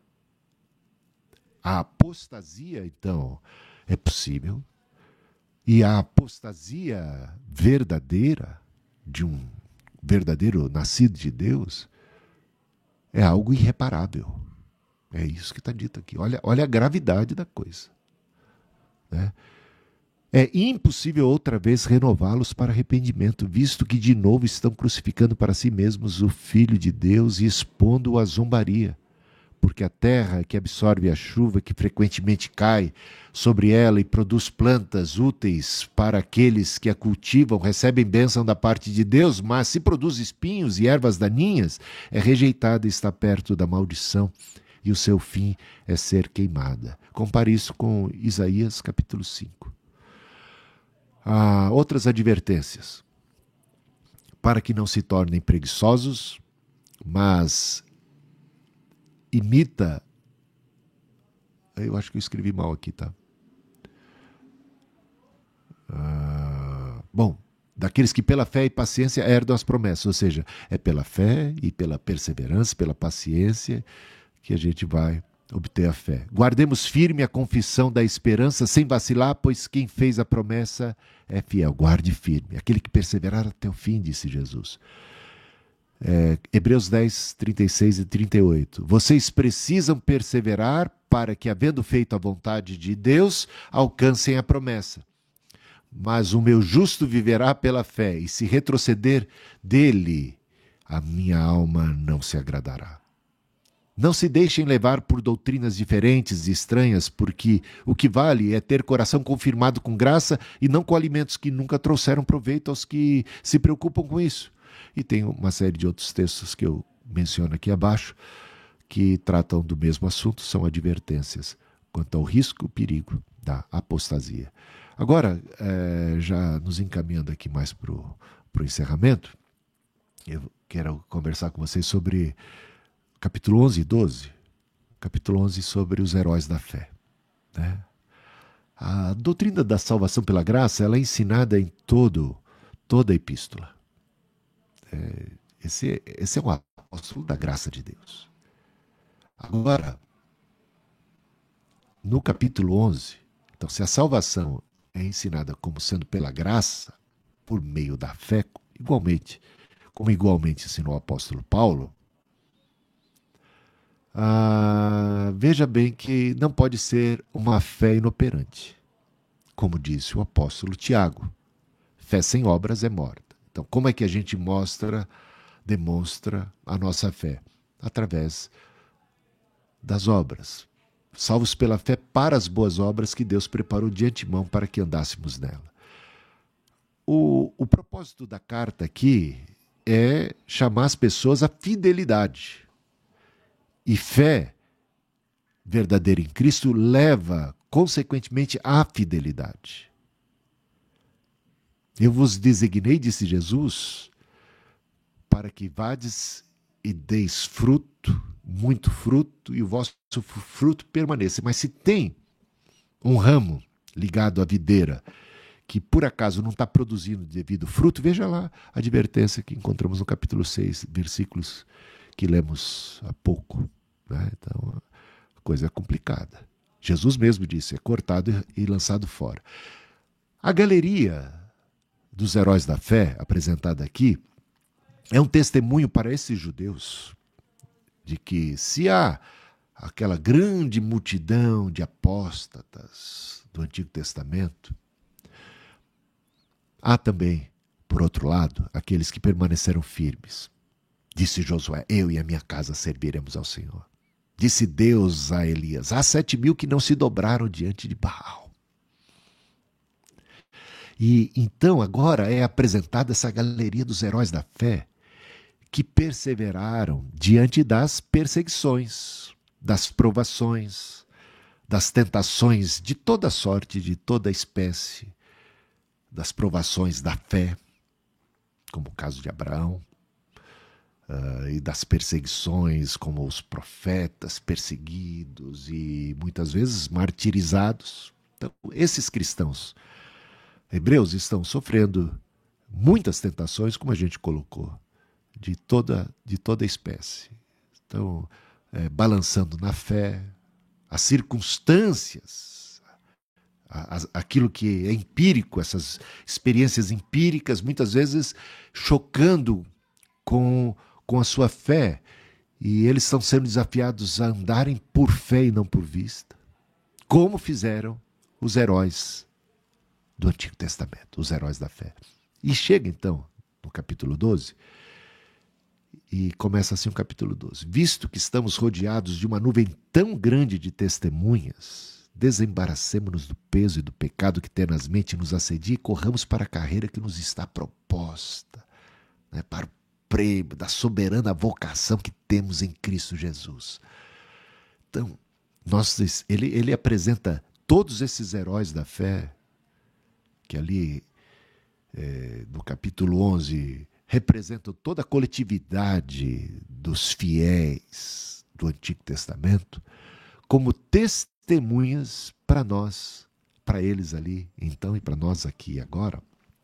Speaker 1: A apostasia, então, é possível. E a apostasia verdadeira, de um verdadeiro nascido de Deus, é algo irreparável. É isso que está dito aqui. Olha, olha a gravidade da coisa. Né? É impossível outra vez renová-los para arrependimento, visto que de novo estão crucificando para si mesmos o Filho de Deus e expondo-o à zombaria. Porque a terra que absorve a chuva que frequentemente cai sobre ela e produz plantas úteis para aqueles que a cultivam, recebem bênção da parte de Deus, mas se produz espinhos e ervas daninhas, é rejeitada e está perto da maldição, e o seu fim é ser queimada. Compare isso com Isaías capítulo cinco. Ah, outras advertências. Para que não se tornem preguiçosos, mas imita... Eu acho que eu escrevi mal aqui, tá? Ah, bom, daqueles que pela fé e paciência herdam as promessas, ou seja, é pela fé e pela perseverança, pela paciência que a gente vai obter a fé. Guardemos firme a confissão da esperança sem vacilar, pois quem fez a promessa é fiel. Guarde firme. Aquele que perseverar até o fim, disse Jesus. É, Hebreus dez, trinta e seis e trinta e oito. Vocês precisam perseverar para que, havendo feito a vontade de Deus, alcancem a promessa. Mas o meu justo viverá pela fé, e se retroceder dele, a minha alma não se agradará. Não se deixem levar por doutrinas diferentes e estranhas, porque o que vale é ter coração confirmado com graça e não com alimentos que nunca trouxeram proveito aos que se preocupam com isso. E tem uma série de outros textos que eu menciono aqui abaixo, que tratam do mesmo assunto, são advertências quanto ao risco e o perigo da apostasia. Agora, é, já nos encaminhando aqui mais para o encerramento, eu quero conversar com vocês sobre capítulo onze e doze, capítulo onze sobre os heróis da fé. Né? A doutrina da salvação pela graça, ela é ensinada em todo, toda a epístola. É, esse, esse é um apóstolo da graça de Deus. Agora, no capítulo onze, então, se a salvação é ensinada como sendo pela graça, por meio da fé, igualmente, como igualmente ensinou o apóstolo Paulo, Ah, veja bem que não pode ser uma fé inoperante. Como disse o apóstolo Tiago, fé sem obras é morta. Então, como é que a gente mostra, demonstra a nossa fé? Através das obras. Salvos pela fé para as boas obras que Deus preparou de antemão para que andássemos nela. O, o propósito da carta aqui é chamar as pessoas à fidelidade. E fé verdadeira em Cristo leva, consequentemente, à fidelidade. Eu vos designei, disse Jesus, para que vades e deis fruto, muito fruto, e o vosso fruto permaneça. Mas se tem um ramo ligado à videira, que por acaso não está produzindo devido fruto, veja lá a advertência que encontramos no capítulo seis, versículos que lemos há pouco. Né? Então, a coisa é complicada. Jesus mesmo disse, é cortado e lançado fora. A galeria dos heróis da fé, apresentada aqui, é um testemunho para esses judeus de que se há aquela grande multidão de apóstatas do Antigo Testamento, há também, por outro lado, aqueles que permaneceram firmes. Disse Josué, eu e a minha casa serviremos ao Senhor. Disse Deus a Elias, há sete mil que não se dobraram diante de Baal. E então agora é apresentada essa galeria dos heróis da fé que perseveraram diante das perseguições, das provações, das tentações de toda sorte, de toda espécie, das provações da fé, como o caso de Abraão, uh, e das perseguições, como os profetas perseguidos e muitas vezes martirizados. Então, esses cristãos hebreus estão sofrendo muitas tentações, como a gente colocou, de toda, de toda espécie. Estão é, balançando na fé, as circunstâncias, a, a, aquilo que é empírico, essas experiências empíricas, muitas vezes chocando com, com a sua fé. E eles estão sendo desafiados a andarem por fé e não por vista, como fizeram os heróis do Antigo Testamento, os heróis da fé. E chega então no capítulo doze, e começa assim o capítulo doze. Visto que estamos rodeados de uma nuvem tão grande de testemunhas, desembaracemo-nos do peso e do pecado que tenazmente nos assedia e corramos para a carreira que nos está proposta, né, para o prêmio da soberana vocação que temos em Cristo Jesus. Então, nós, ele, ele apresenta todos esses heróis da fé, que ali é, no capítulo onze representam toda a coletividade dos fiéis do Antigo Testamento, como testemunhas para nós, para eles ali, então, e para nós aqui e agora,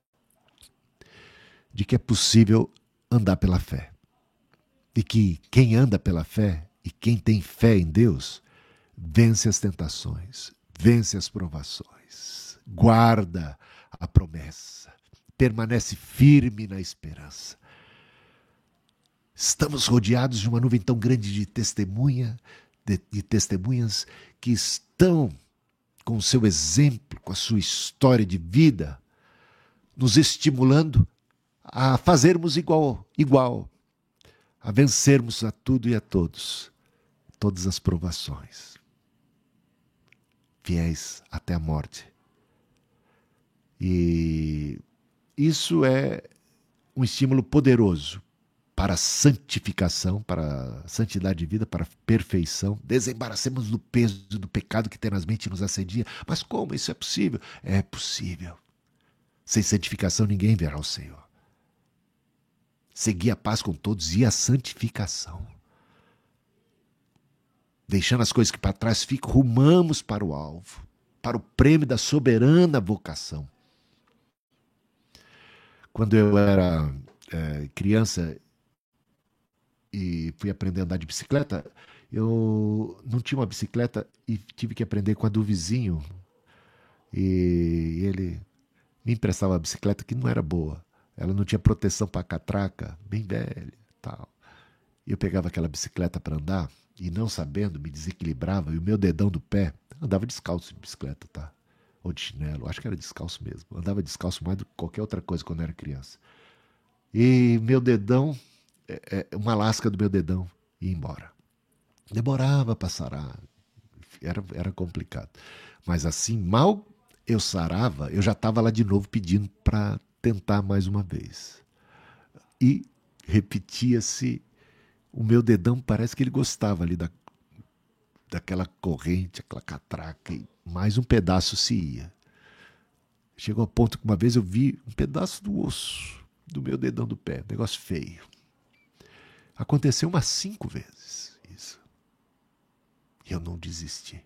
Speaker 1: de que é possível andar pela fé. E que quem anda pela fé e quem tem fé em Deus vence as tentações, vence as provações, guarda a promessa, permanece firme na esperança. Estamos rodeados de uma nuvem tão grande de testemunha, de, de testemunhas que estão com o seu exemplo, com a sua história de vida, nos estimulando a fazermos igual, igual, a vencermos a tudo e a todos, todas as provações, fiéis até a morte. E isso é um estímulo poderoso para a santificação, para a santidade de vida, para a perfeição. Desembaracemos do peso do pecado que tenazmente nos assedia. Mas como isso é possível? É possível. Sem santificação ninguém verá o Senhor. Seguir a paz com todos e a santificação. Deixando as coisas que para trás ficam, rumamos para o alvo, para o prêmio da soberana vocação. Quando eu era é, criança e fui aprender a andar de bicicleta, eu não tinha uma bicicleta e tive que aprender com a do vizinho. E ele me emprestava uma bicicleta que não era boa. Ela não tinha proteção para a catraca, bem velha, tal. Eu pegava aquela bicicleta para andar e, não sabendo, me desequilibrava e o meu dedão do pé, andava descalço de bicicleta, tá? Ou de chinelo, acho que era descalço mesmo. Andava descalço mais do que qualquer outra coisa quando era criança. E meu dedão, é, é, uma lasca do meu dedão ia embora. Demorava para sarar, era, era complicado. Mas assim, mal eu sarava, eu já estava lá de novo pedindo para tentar mais uma vez. E repetia-se, o meu dedão parece que ele gostava ali da, daquela corrente, aquela catraca, e mais um pedaço se ia. Chegou ao ponto que uma vez eu vi um pedaço do osso do meu dedão do pé, negócio feio. Aconteceu umas cinco vezes isso. E eu não desisti.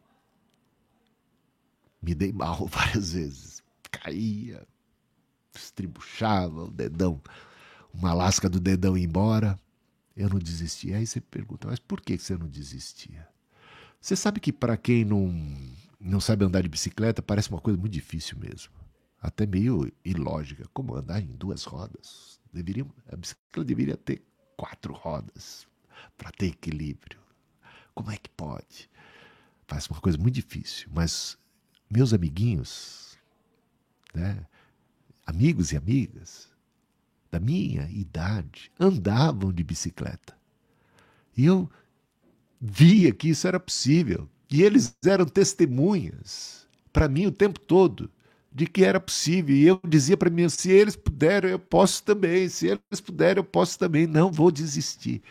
Speaker 1: Me dei mal várias vezes. Caía, estribuchava o dedão, uma lasca do dedão ia embora. Eu não desistia. Aí você pergunta, mas por que você não desistia? Você sabe que para quem não, não sabe andar de bicicleta, parece uma coisa muito difícil mesmo. Até meio ilógica. Como andar em duas rodas? Deveria, a bicicleta deveria ter quatro rodas para ter equilíbrio. Como é que pode? Parece uma coisa muito difícil. Mas meus amiguinhos, né, amigos e amigas da minha idade, andavam de bicicleta. E eu via que isso era possível. E eles eram testemunhas para mim o tempo todo de que era possível. E eu dizia para mim, se eles puderam, eu posso também. Se eles puderam, eu posso também. Não vou desistir.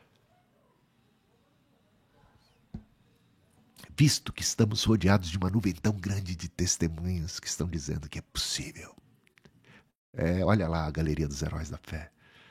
Speaker 1: Visto que estamos rodeados de uma nuvem tão grande de testemunhas que estão dizendo que é possível. É, olha lá a galeria dos heróis da fé.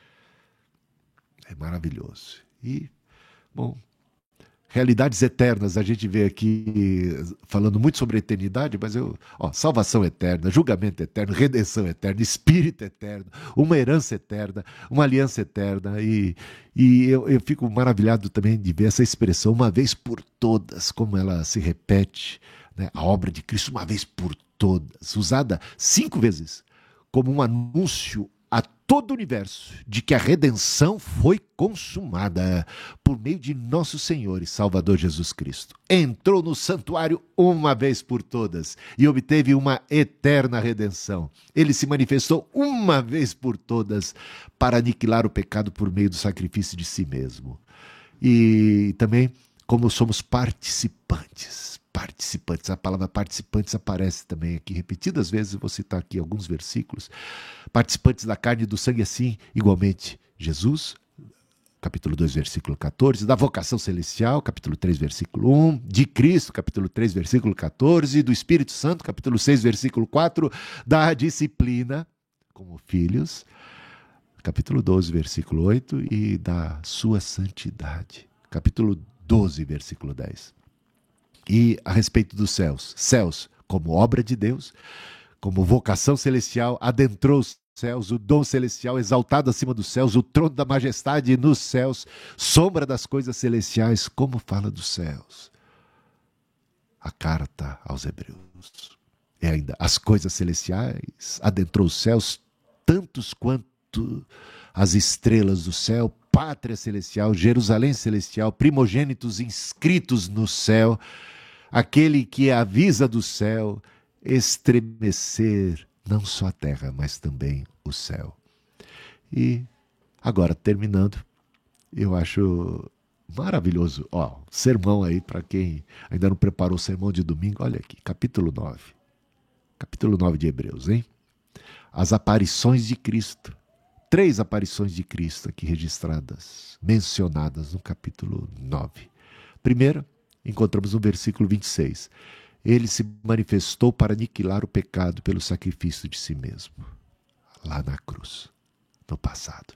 Speaker 1: É maravilhoso. E, bom, realidades eternas, a gente vê aqui falando muito sobre a eternidade, mas eu, ó, salvação eterna, julgamento eterno, redenção eterna, espírito eterno, uma herança eterna, uma aliança eterna, e, e eu, eu fico maravilhado também de ver essa expressão, uma vez por todas, como ela se repete, né, a obra de Cristo uma vez por todas, usada cinco vezes, como um anúncio a todo o universo de que a redenção foi consumada por meio de nosso Senhor e Salvador Jesus Cristo. Entrou no santuário uma vez por todas e obteve uma eterna redenção. Ele se manifestou uma vez por todas para aniquilar o pecado por meio do sacrifício de si mesmo. E também, como somos participantes, participantes, a palavra participantes aparece também aqui repetidas vezes, eu vou citar aqui alguns versículos. Participantes da carne e do sangue, assim, igualmente, Jesus, capítulo dois, versículo catorze, da vocação celestial, capítulo três, versículo um, de Cristo, capítulo três, versículo catorze, do Espírito Santo, capítulo seis, versículo quatro, da disciplina, como filhos, capítulo doze, versículo oito, e da sua santidade, capítulo doze, versículo dez. E a respeito dos céus, céus como obra de Deus, como vocação celestial, adentrou os céus, o dom celestial exaltado acima dos céus, o trono da majestade nos céus, sombra das coisas celestiais, como fala dos céus. A carta aos Hebreus. E ainda, as coisas celestiais, adentrou os céus, tantos quanto as estrelas do céu, pátria celestial, Jerusalém celestial, primogênitos inscritos no céu, aquele que avisa do céu estremecer não só a terra, mas também o céu. E agora, terminando, eu acho maravilhoso, ó, sermão aí para quem ainda não preparou o sermão de domingo, olha aqui, capítulo nove. Capítulo nove de Hebreus, hein? As aparições de Cristo. Três aparições de Cristo aqui registradas, mencionadas no capítulo nove. Primeira, encontramos no versículo vinte e seis. Ele se manifestou para aniquilar o pecado pelo sacrifício de si mesmo, lá na cruz, no passado.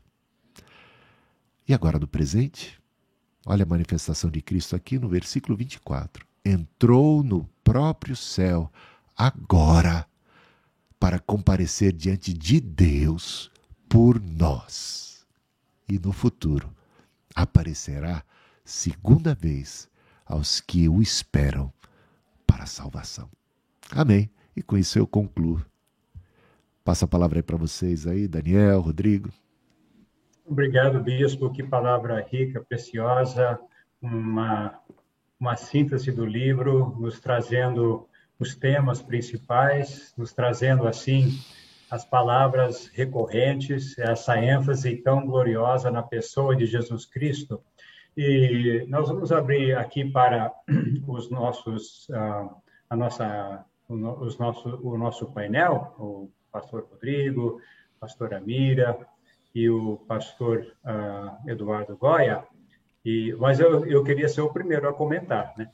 Speaker 1: E agora no presente, olha a manifestação de Cristo aqui no versículo vinte e quatro. Entrou no próprio céu agora para comparecer diante de Deus por nós. E no futuro aparecerá segunda vez aos que o esperam para a salvação. Amém. E com isso eu concluo. Passo a palavra aí para vocês aí, Daniel, Rodrigo.
Speaker 2: Obrigado, Bispo. Que palavra rica, preciosa. Uma, uma síntese do livro, nos trazendo os temas principais, nos trazendo, assim, as palavras recorrentes, essa ênfase tão gloriosa na pessoa de Jesus Cristo. E nós vamos abrir aqui para os nossos, uh, a nossa, os nosso, o nosso painel, o pastor Rodrigo, a pastora Mira e o pastor uh, Eduardo Goya. E, mas eu, eu queria ser o primeiro a comentar, né?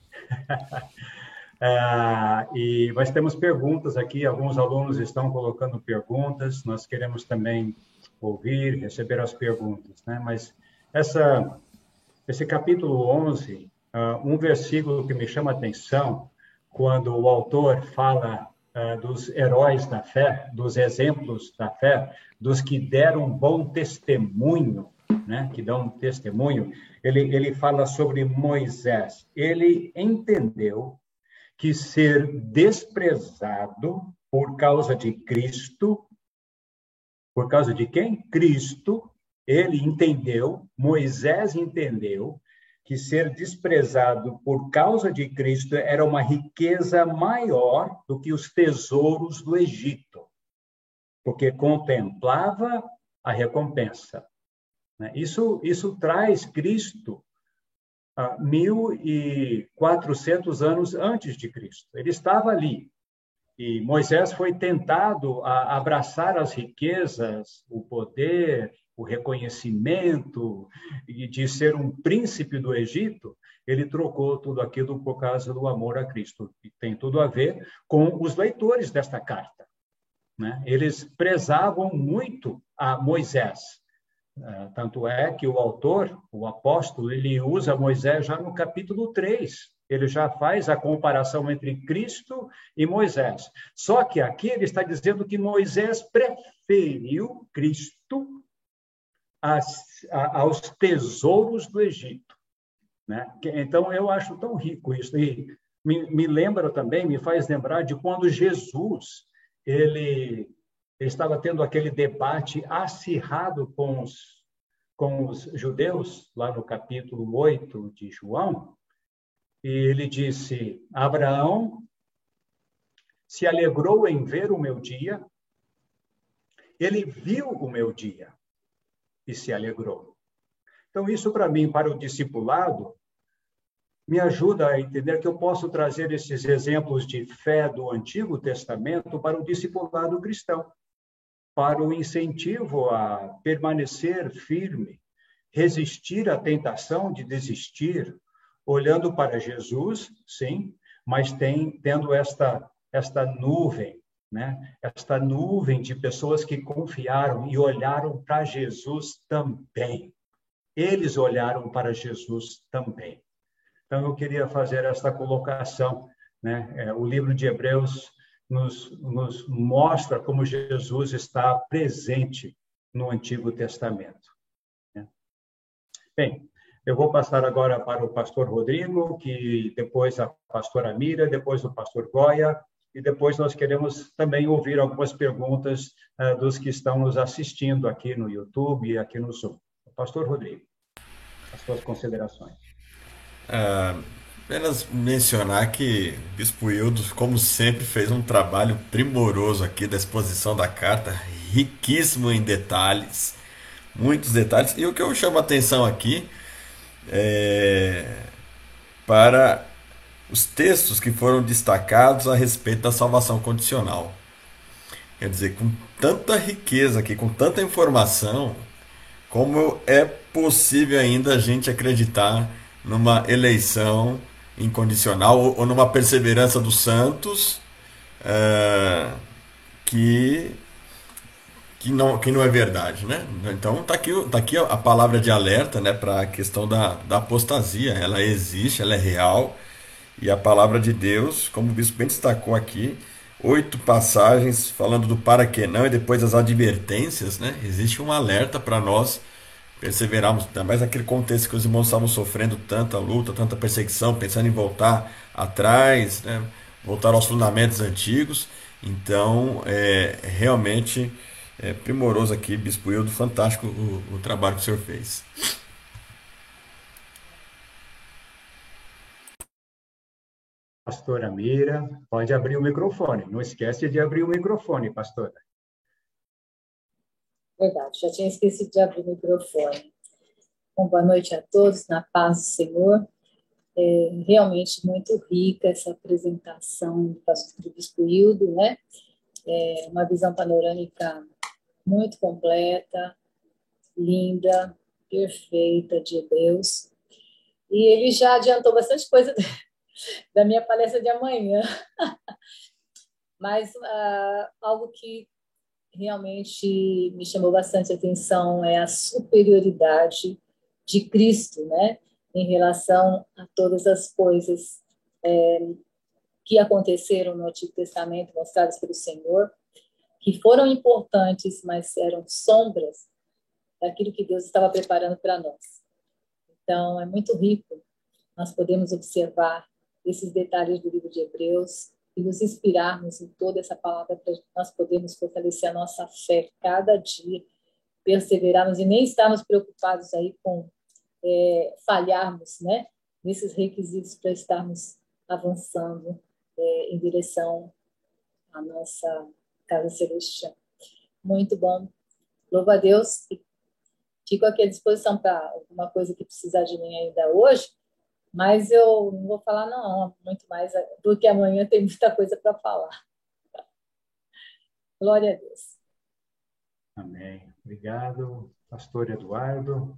Speaker 2: uh, e nós temos perguntas aqui, alguns alunos estão colocando perguntas, nós queremos também ouvir, receber as perguntas, né? Mas essa... Esse capítulo onze, uh, um versículo que me chama a atenção, quando o autor fala uh, dos heróis da fé, dos exemplos da fé, dos que deram bom testemunho, né, que dão testemunho, ele, ele fala sobre Moisés. Ele entendeu que ser desprezado por causa de Cristo, por causa de quem? Cristo. Ele entendeu, Moisés entendeu, que ser desprezado por causa de Cristo era uma riqueza maior do que os tesouros do Egito, porque contemplava a recompensa. Isso, isso traz Cristo a mil e quatrocentos anos antes de Cristo. Ele estava ali. E Moisés foi tentado a abraçar as riquezas, o poder, o reconhecimento e de ser um príncipe do Egito. Ele trocou tudo aquilo por causa do amor a Cristo. E tem tudo a ver com os leitores desta carta. né? Eles prezavam muito a Moisés. Tanto é que o autor, o apóstolo, ele usa Moisés já no capítulo três. Ele já faz a comparação entre Cristo e Moisés. Só que aqui ele está dizendo que Moisés preferiu Cristo aos tesouros do Egito, né? Então, eu acho tão rico isso. E me, me lembra também, me faz lembrar de quando Jesus ele, ele estava tendo aquele debate acirrado com os, com os judeus, lá no capítulo oito de João, e ele disse: Abraão se alegrou em ver o meu dia, ele viu o meu dia e se alegrou. Então, isso para mim, para o discipulado, me ajuda a entender que eu posso trazer esses exemplos de fé do Antigo Testamento para o discipulado cristão, para o incentivo a permanecer firme, resistir à tentação de desistir, olhando para Jesus, sim, mas tem, tendo esta, esta nuvem, né? Esta nuvem de pessoas que confiaram e olharam para Jesus também. Eles olharam para Jesus também. Então, eu queria fazer esta colocação, né? É, o livro de Hebreus nos, nos mostra como Jesus está presente no Antigo Testamento, né? Bem, eu vou passar agora para o pastor Rodrigo, que depois a pastora Mira, depois o pastor Goya, e depois nós queremos também ouvir algumas perguntas uh, dos que estão nos assistindo aqui no YouTube e aqui no Zoom. Pastor Rodrigo, as suas considerações.
Speaker 3: Ah, apenas mencionar que Bispo Hildo, como sempre, fez um trabalho primoroso aqui da exposição da carta, riquíssimo em detalhes, muitos detalhes. E o que eu chamo a atenção aqui é para os textos que foram destacados a respeito da salvação condicional. Quer dizer, com tanta riqueza aqui, com tanta informação, como é possível ainda a gente acreditar numa eleição incondicional ou, ou numa perseverança dos santos uh, que, que, não, que não é verdade, né? Então tá aqui, tá aqui a palavra de alerta, né, para a questão da, da apostasia. Ela existe, ela é real, e a palavra de Deus, como o bispo bem destacou aqui, oito passagens falando do para que não e depois as advertências, né? Existe um alerta para nós perseverarmos, ainda mais naquele contexto que os irmãos estavam sofrendo tanta luta, tanta perseguição, pensando em voltar atrás, né? Voltar aos fundamentos antigos. Então, é realmente é primoroso aqui, Bispo Hildo, fantástico o, o trabalho que o senhor fez.
Speaker 2: Pastora Mira, pode abrir o microfone. Não esquece de abrir o microfone, pastora.
Speaker 4: Verdade, já tinha esquecido de abrir o microfone. Bom, boa noite a todos, na paz do Senhor. É realmente muito rica essa apresentação do pastor Bispo Hildo, né? É uma visão panorâmica muito completa, linda, perfeita de Deus. E ele já adiantou bastante coisa da minha palestra de amanhã. Mas uh, algo que realmente me chamou bastante atenção é a superioridade de Cristo, né, em relação a todas as coisas é, que aconteceram no Antigo Testamento, mostradas pelo Senhor, que foram importantes, mas eram sombras daquilo que Deus estava preparando para nós. Então, é muito rico nós podemos observar esses detalhes do livro de Hebreus e nos inspirarmos em toda essa palavra para nós podermos fortalecer a nossa fé cada dia, perseverarmos e nem estarmos preocupados aí com é, falharmos, né, nesses requisitos para estarmos avançando é, em direção à nossa casa celestial. Muito bom. Louvo a Deus e fico aqui à disposição para alguma coisa que precisar de mim ainda hoje, mas eu não vou falar não, muito mais, porque amanhã tem muita coisa para falar. Glória a Deus.
Speaker 2: Amém. Obrigado, pastor Eduardo.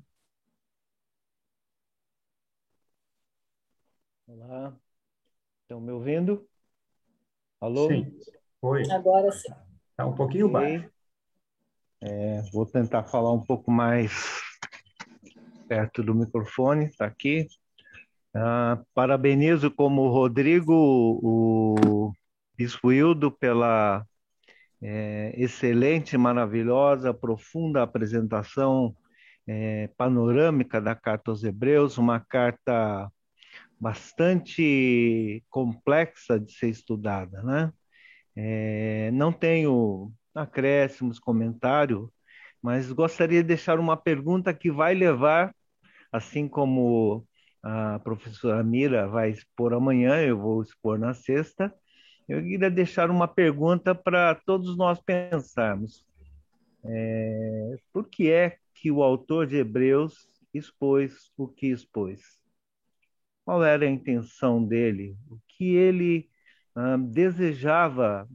Speaker 5: Olá, estão me ouvindo? Alô?
Speaker 2: Sim, oi.
Speaker 4: Agora sim.
Speaker 2: Está um pouquinho
Speaker 5: okay.
Speaker 2: baixo.
Speaker 5: É, vou tentar falar um pouco mais perto do microfone, está aqui. Ah, parabenizo como o Rodrigo, o Bispo Hildo, pela é, excelente, maravilhosa, profunda apresentação é, panorâmica da Carta aos Hebreus, uma carta bastante complexa de ser estudada, né? É, não tenho acréscimos, comentário, mas gostaria de deixar uma pergunta que vai levar, assim como a professora Mira vai expor amanhã, eu vou expor na sexta, eu queria deixar uma pergunta para todos nós pensarmos. É, por que é que o autor de Hebreus expôs o que expôs? Qual era a intenção dele? O que ele ah, desejava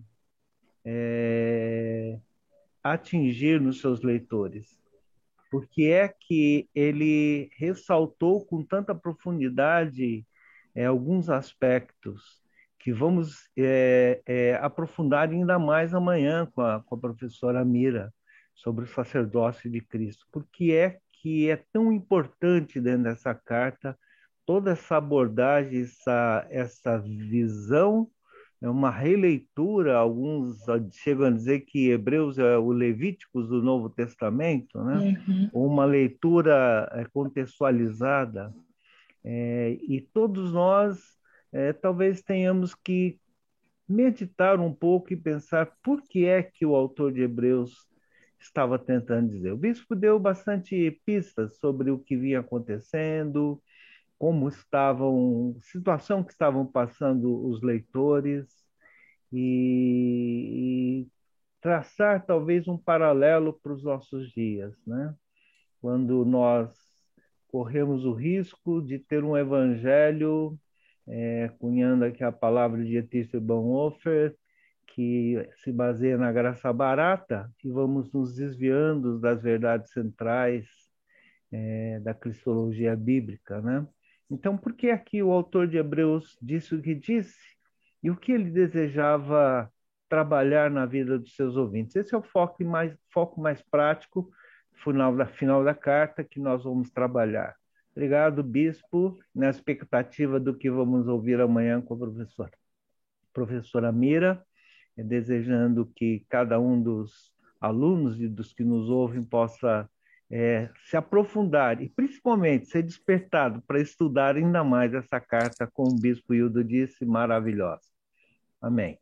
Speaker 5: é, atingir nos seus leitores? Por que é que ele ressaltou com tanta profundidade é, alguns aspectos que vamos é, é, aprofundar ainda mais amanhã com a, com a professora Mira sobre o sacerdócio de Cristo? Por que é que é tão importante dentro dessa carta toda essa abordagem, essa, essa visão? É uma releitura, alguns chegam a dizer que Hebreus é o Levíticos do Novo Testamento, né?
Speaker 4: Uhum.
Speaker 5: Uma leitura contextualizada. É, e todos nós é, talvez tenhamos que meditar um pouco e pensar por que é que o autor de Hebreus estava tentando dizer. O bispo deu bastante pistas sobre o que vinha acontecendo, como estavam, situação que estavam passando os leitores, e, e traçar talvez um paralelo para os nossos dias, né? Quando nós corremos o risco de ter um evangelho, é, cunhando aqui a palavra de Dietrich Bonhoeffer, que se baseia na graça barata, e vamos nos desviando das verdades centrais é, da cristologia bíblica, né? Então, por que aqui o autor de Hebreus disse o que disse? E o que ele desejava trabalhar na vida dos seus ouvintes? Esse é o foco mais, foco mais prático, final da, final da carta, que nós vamos trabalhar. Obrigado, bispo, na expectativa do que vamos ouvir amanhã com a professora, professora Mira, desejando que cada um dos alunos e dos que nos ouvem possa é, se aprofundar e, principalmente, ser despertado para estudar ainda mais essa carta, como o bispo Hildo disse, maravilhosa. Amém.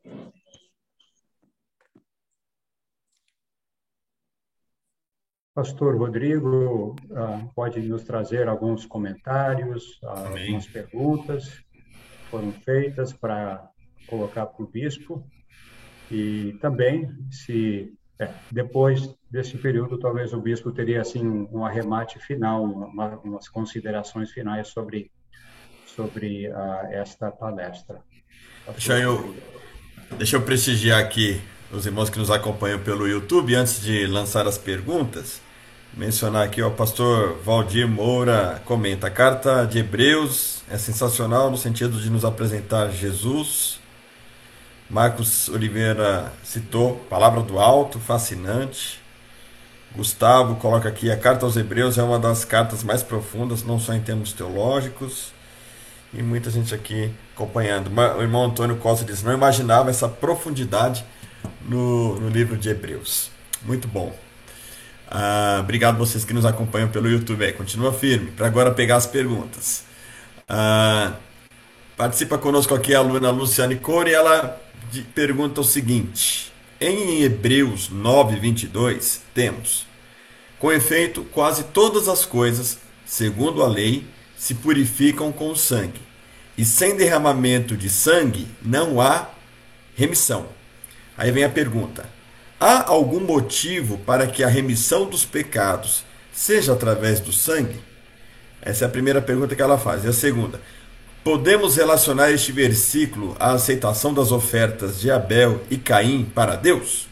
Speaker 2: Pastor Rodrigo, uh, pode nos trazer alguns comentários, uh, algumas perguntas que foram feitas para colocar para o bispo, e também, se é, depois desse período, talvez o bispo teria assim um, um arremate final, uma, umas considerações finais sobre, sobre uh, esta palestra.
Speaker 3: Deixa eu, deixa eu prestigiar aqui os irmãos que nos acompanham pelo YouTube, antes de lançar as perguntas. Mencionar aqui, ó, o pastor Valdir Moura comenta: a carta de Hebreus é sensacional no sentido de nos apresentar Jesus. Marcos Oliveira citou Palavra do Alto, fascinante. Gustavo coloca aqui: a carta aos Hebreus é uma das cartas mais profundas, não só em termos teológicos. E muita gente aqui acompanhando. O irmão Antônio Costa diz: não imaginava essa profundidade no, no livro de Hebreus. Muito bom. Ah, obrigado vocês que nos acompanham pelo YouTube aí. Continua firme para agora pegar as perguntas. Ah, participa conosco aqui a aluna Luciane Core, e ela pergunta o seguinte: em Hebreus nove, vinte e dois temos: com efeito, quase todas as coisas, segundo a lei, se purificam com o sangue, e sem derramamento de sangue não há remissão. Aí vem a pergunta: há algum motivo para que a remissão dos pecados seja através do sangue? Essa é a primeira pergunta que ela faz. E a segunda: podemos relacionar este versículo à aceitação das ofertas de Abel e Caim para Deus?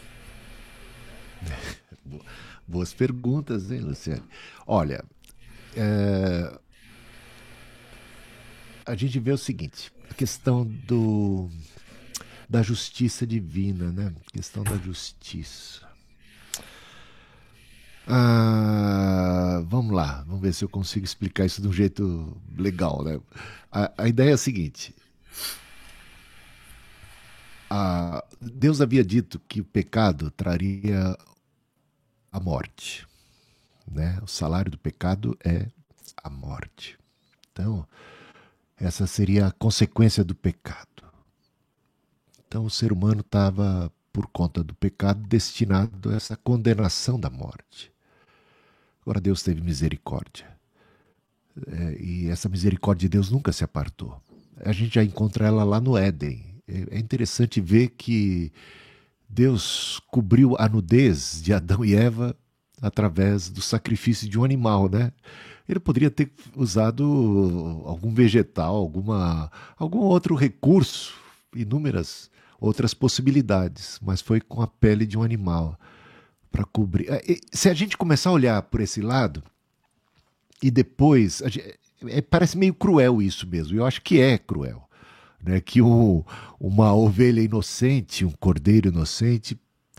Speaker 1: Boas perguntas, hein, Luciane? Olha, é... a gente vê o seguinte: a questão do, da justiça divina, né? Questão da justiça. Ah, vamos lá, vamos ver se eu consigo explicar isso de um jeito legal, né? A, a ideia é a seguinte. Ah, Deus havia dito que o pecado traria a morte, né? O salário do pecado é a morte. Então, essa seria a consequência do pecado. Então, o ser humano estava, por conta do pecado, destinado a essa condenação da morte. Agora, Deus teve misericórdia. É, e essa misericórdia de Deus nunca se apartou. A gente já encontra ela lá no Éden. É interessante ver que Deus cobriu a nudez de Adão e Eva através do sacrifício de um animal, né? Ele poderia ter usado algum vegetal, alguma, algum outro recurso, inúmeras outras possibilidades, mas foi com a pele de um animal para cobrir. Se a gente começar a olhar por esse lado, e depois, gente, é, parece meio cruel isso mesmo, eu acho que é cruel. Né, que um, uma ovelha inocente, um cordeiro inocente,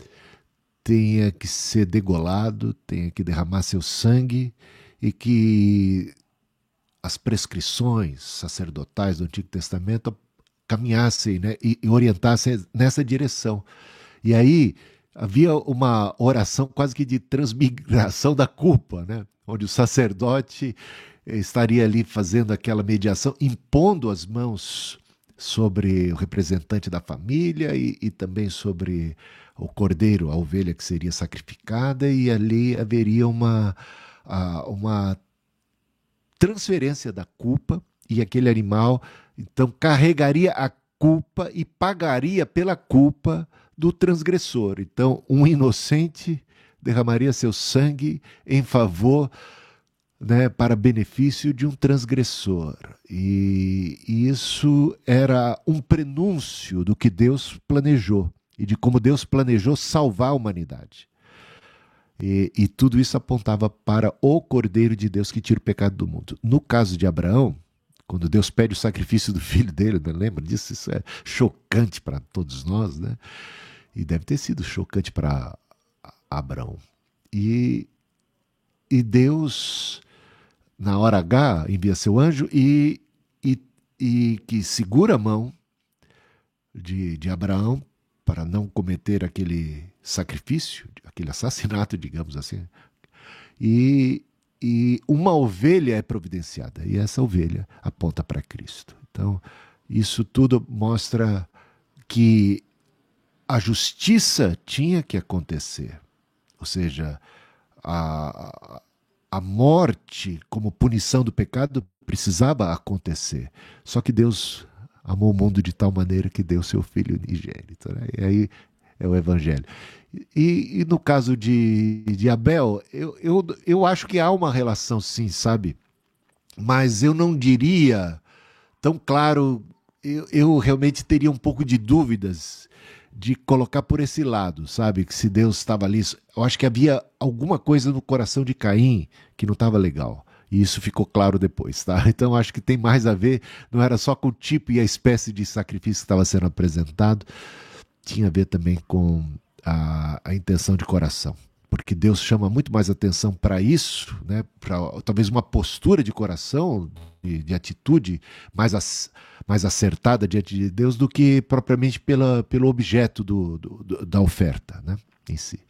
Speaker 1: tenha que ser degolado, tenha que derramar seu sangue e que as prescrições sacerdotais do Antigo Testamento caminhassem, né, e, e orientassem nessa direção. E aí havia uma oração quase que de transmigração da culpa, né, onde o sacerdote estaria ali fazendo aquela mediação, impondo as mãos sobre o representante da família e, e também sobre o cordeiro, a ovelha que seria sacrificada, e ali haveria uma, uma transferência da culpa, e aquele animal então carregaria a culpa e pagaria pela culpa do transgressor. Então, um inocente derramaria seu sangue em favor, né, para benefício de um transgressor. E, e isso era um prenúncio do que Deus planejou e de como Deus planejou salvar a humanidade. E, e tudo isso apontava para o Cordeiro de Deus que tira o pecado do mundo. No caso de Abraão, quando Deus pede o sacrifício do filho dele, não lembra disso? Isso é chocante para todos nós, né? E deve ter sido chocante para Abraão. E, e Deus, na hora H, envia seu anjo e, e, e que segura a mão de, de Abraão para não cometer aquele sacrifício, aquele assassinato, digamos assim. E, e uma ovelha é providenciada, e essa ovelha aponta para Cristo. Então, isso tudo mostra que a justiça tinha que acontecer. Ou seja, a, a morte como punição do pecado precisava acontecer. Só que Deus amou o mundo de tal maneira que deu seu Filho unigênito. Né? E aí é o Evangelho. E, e no caso de, de Abel, eu, eu, eu acho que há uma relação sim, sabe? Mas eu não diria tão claro, eu, eu realmente teria um pouco de dúvidas de colocar por esse lado, sabe? Que se Deus estava ali, eu acho que havia alguma coisa no coração de Caim que não estava legal. E isso ficou claro depois, tá? Então acho que tem mais a ver, não era só com o tipo e a espécie de sacrifício que estava sendo apresentado, tinha a ver também com a, a intenção de coração. Porque Deus chama muito mais atenção para isso, né? Para talvez uma postura de coração, de, de atitude mais, as, mais acertada diante de Deus do que propriamente pela, pelo objeto do, do, do, da oferta, né? Em si.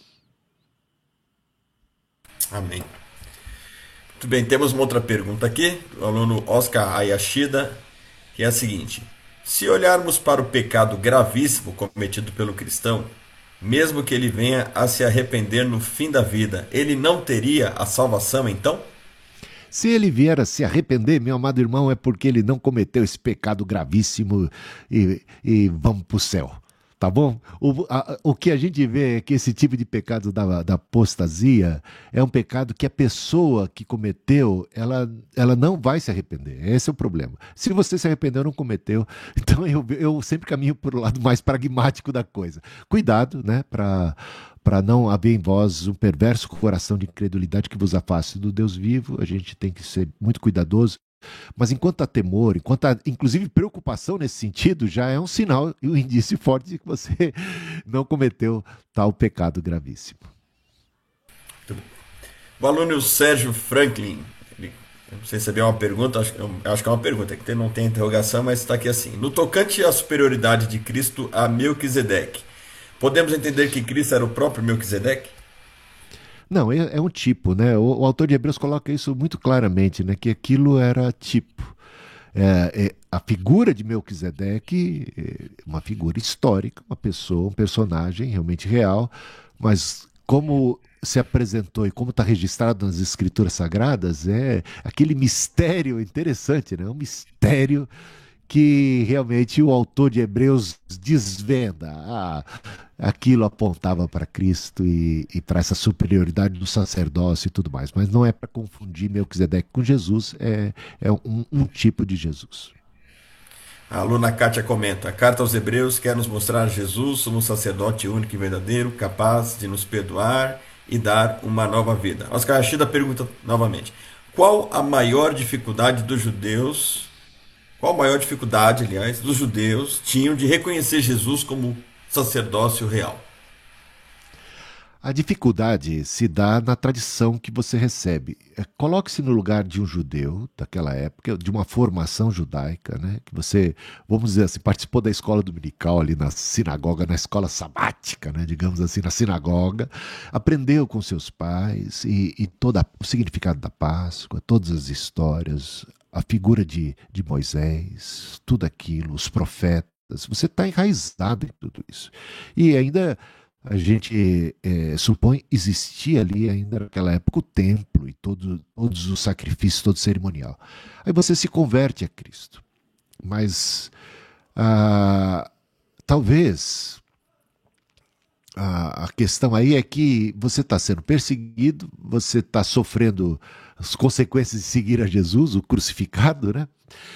Speaker 3: Amém. Muito bem, temos uma outra pergunta aqui, do aluno Oscar Ayashida, que é a seguinte: se olharmos para o pecado gravíssimo cometido pelo cristão, mesmo que ele venha a se arrepender no fim da vida, ele não teria a salvação então?
Speaker 1: Se ele vier a se arrepender, meu amado irmão, é porque ele não cometeu esse pecado gravíssimo e, e vamos para o céu. Tá bom? O, a, o que a gente vê é que esse tipo de pecado da, da apostasia é um pecado que a pessoa que cometeu, ela, ela não vai se arrepender. Esse é o problema. Se você se arrependeu, não cometeu. Então eu, eu sempre caminho por o lado mais pragmático da coisa. Cuidado, né? Para para não haver em vós um perverso coração de incredulidade que vos afaste do Deus vivo. A gente tem que ser muito cuidadoso. Mas enquanto há temor, enquanto há, inclusive, preocupação nesse sentido, já é um sinal e um indício forte de que você não cometeu tal pecado gravíssimo.
Speaker 3: O aluno Sérgio Franklin, ele, eu não sei se é uma pergunta, acho, eu acho que é uma pergunta, que não tem interrogação, mas está aqui assim. No tocante à superioridade de Cristo a Melquisedeque, podemos entender que Cristo era o próprio Melquisedeque?
Speaker 1: Não, é, é um tipo, né? O, o autor de Hebreus coloca isso muito claramente, né? Que aquilo era tipo. É, é, a figura de Melquisedeque é uma figura histórica, uma pessoa, um personagem realmente real, mas como se apresentou e como está registrado nas Escrituras Sagradas, é aquele mistério interessante, né? Um mistério que realmente o autor de Hebreus desvenda. Ah, aquilo apontava para Cristo e, e para essa superioridade do sacerdócio e tudo mais. Mas não é para confundir Melquisedeque com Jesus, é, é um, um tipo de Jesus.
Speaker 3: A aluna Kátia comenta: a carta aos Hebreus quer nos mostrar Jesus como um sacerdote único e verdadeiro, capaz de nos perdoar e dar uma nova vida. Oscar Rachida pergunta novamente: qual a maior dificuldade dos judeus, qual a maior dificuldade, aliás, dos judeus tinham de reconhecer Jesus como sacerdócio real?
Speaker 1: A dificuldade se dá na tradição que você recebe. Coloque-se no lugar de um judeu daquela época, de uma formação judaica, né? Que você, vamos dizer assim, participou da escola dominical ali na sinagoga, na escola sabática, né? Digamos assim, na sinagoga, aprendeu com seus pais e, e todo o significado da Páscoa, todas as histórias, a figura de, de Moisés, tudo aquilo, os profetas. Você está enraizado em tudo isso. E ainda a gente é, supõe existia ali ainda naquela época o templo e todo, todos os sacrifícios, todo o cerimonial. Aí você se converte a Cristo. Mas ah, talvez a, a questão aí é que você está sendo perseguido, você está sofrendo as consequências de seguir a Jesus, o crucificado, né?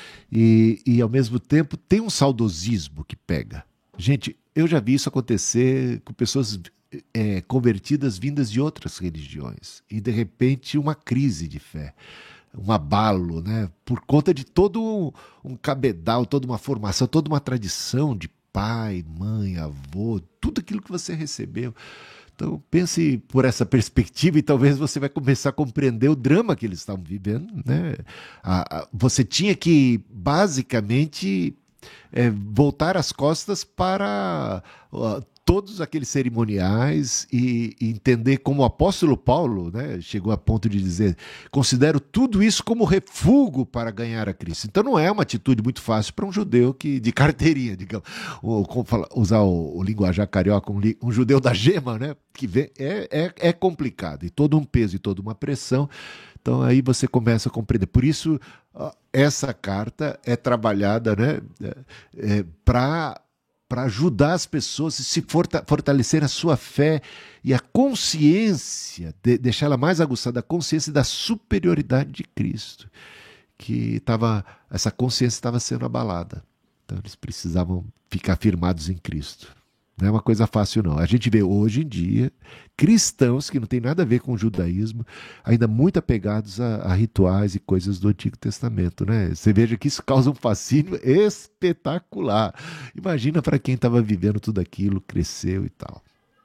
Speaker 1: E, e ao mesmo tempo tem um saudosismo que pega. Gente, eu já vi isso acontecer com pessoas é, convertidas vindas de outras religiões. E, de repente, uma crise de fé, um abalo, né? Por conta de todo um, um cabedal, toda uma formação, toda uma tradição de pai, mãe, avô, tudo aquilo que você recebeu. Então, pense por essa perspectiva e talvez você vai começar a compreender o drama que eles estavam vivendo, né? A, a, você tinha que, basicamente, é, voltar as costas para uh, todos aqueles cerimoniais e, e entender como o apóstolo Paulo, né, chegou a ponto de dizer: considero tudo isso como refúgio para ganhar a Cristo. Então não é uma atitude muito fácil para um judeu que, de carteirinha, digamos, ou, como fala, usar o, o linguajar carioca, um, um judeu da gema, né, que vem, é, é, é complicado, e todo um peso e toda uma pressão. Então aí você começa a compreender. Por isso, essa carta é trabalhada, né, é, para para ajudar as pessoas a se fortalecer a sua fé e a consciência, de, deixar ela mais aguçada, a consciência da superioridade de Cristo, que tava, essa consciência estava sendo abalada. Então eles precisavam ficar firmados em Cristo. Não é uma coisa fácil, não. A gente vê hoje em dia cristãos que não tem nada a ver com o judaísmo, ainda muito apegados a, a rituais e coisas do Antigo Testamento, né? Você veja que isso causa um fascínio espetacular. Imagina para quem estava vivendo tudo aquilo, cresceu e tal.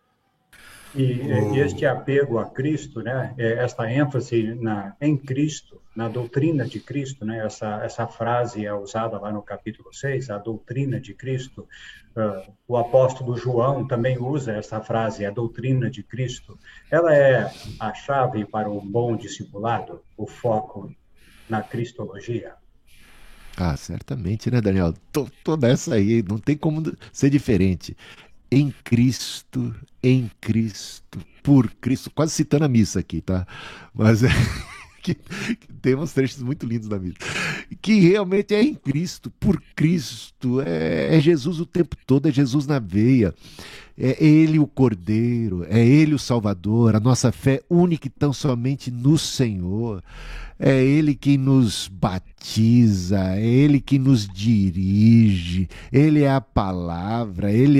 Speaker 2: E, e este apego a Cristo, né? Esta ênfase na, em Cristo, na doutrina de Cristo, né? Essa, essa frase é usada lá no capítulo seis, a doutrina de Cristo. Uh, o apóstolo João também usa essa frase, a doutrina de Cristo. Ela é a chave para o bom discipulado, o foco na cristologia?
Speaker 1: Ah, certamente, né, Daniel? Tô, tô nessa aí, não tem como ser diferente. Em Cristo, em Cristo, por Cristo, quase citando a missa aqui, tá? Mas é que, que tem uns trechos muito lindos da missa. Que realmente é em Cristo, por Cristo, é, é Jesus o tempo todo, é Jesus na veia. É Ele o Cordeiro, é Ele o Salvador, a nossa fé única e tão somente no Senhor. É Ele quem nos batiza, é Ele que nos dirige, Ele é a palavra, Ele é o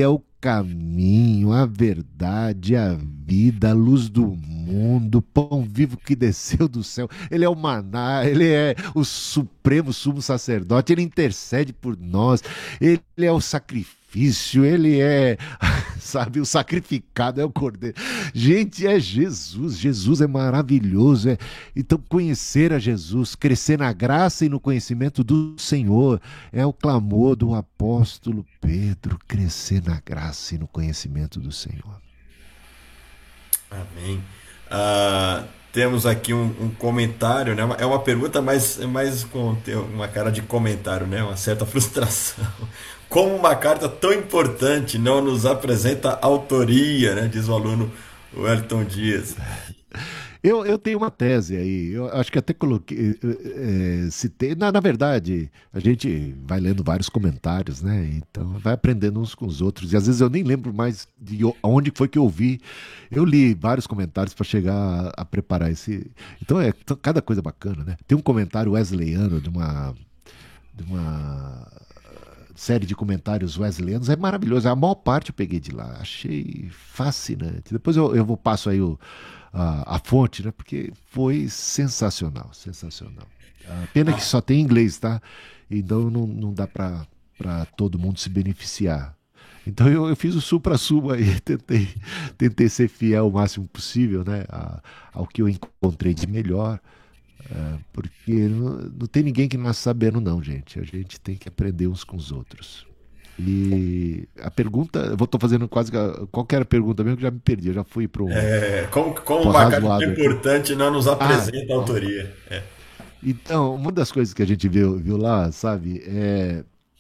Speaker 1: caminho, a verdade, a vida, a luz do mundo, o pão vivo que desceu do céu. Ele é o maná, ele é o supremo sumo sacerdote, ele intercede por nós, ele é o sacrifício, ele é, sabe, o sacrificado, é o cordeiro. Gente, é Jesus, Jesus é maravilhoso. É... Então, conhecer a Jesus, crescer na graça e no conhecimento do Senhor, é o clamor do apóstolo Pedro, crescer na graça e no conhecimento do Senhor.
Speaker 3: Amém. Ah, temos aqui um, um comentário, né? É uma pergunta, mas mais com uma cara de comentário, né? Uma certa frustração. Como uma carta tão importante não nos apresenta autoria, né? Diz o aluno Wellington Dias.
Speaker 1: Eu, eu tenho uma tese aí, eu acho que até coloquei, é, citei, na, na verdade, a gente vai lendo vários comentários, né, então vai aprendendo uns com os outros, e às vezes eu nem lembro mais de onde foi que eu ouvi, eu li vários comentários para chegar a, a preparar esse, então é cada coisa bacana, né, tem um comentário wesleyano de uma, de uma série de comentários wesleyanos, é maravilhoso, a maior parte eu peguei de lá, achei fascinante, depois eu, eu vou passo aí o A, a fonte, né? Porque foi sensacional, sensacional. A pena que só tem inglês, tá? Então não, não dá para todo mundo se beneficiar. Então eu, eu fiz o supra-sumo aí, tentei, tentei ser fiel o máximo possível, né? A, ao que eu encontrei de melhor, é, porque não, não tem ninguém que nasce sabendo não, gente. A gente tem que aprender uns com os outros. E a pergunta, eu estou fazendo quase qual que era a pergunta mesmo que já me perdi, eu já fui para o.
Speaker 3: É, como como uma carta importante não nos apresenta ah, a autoria. É.
Speaker 1: Então, uma das coisas que a gente viu, viu lá, sabe, é,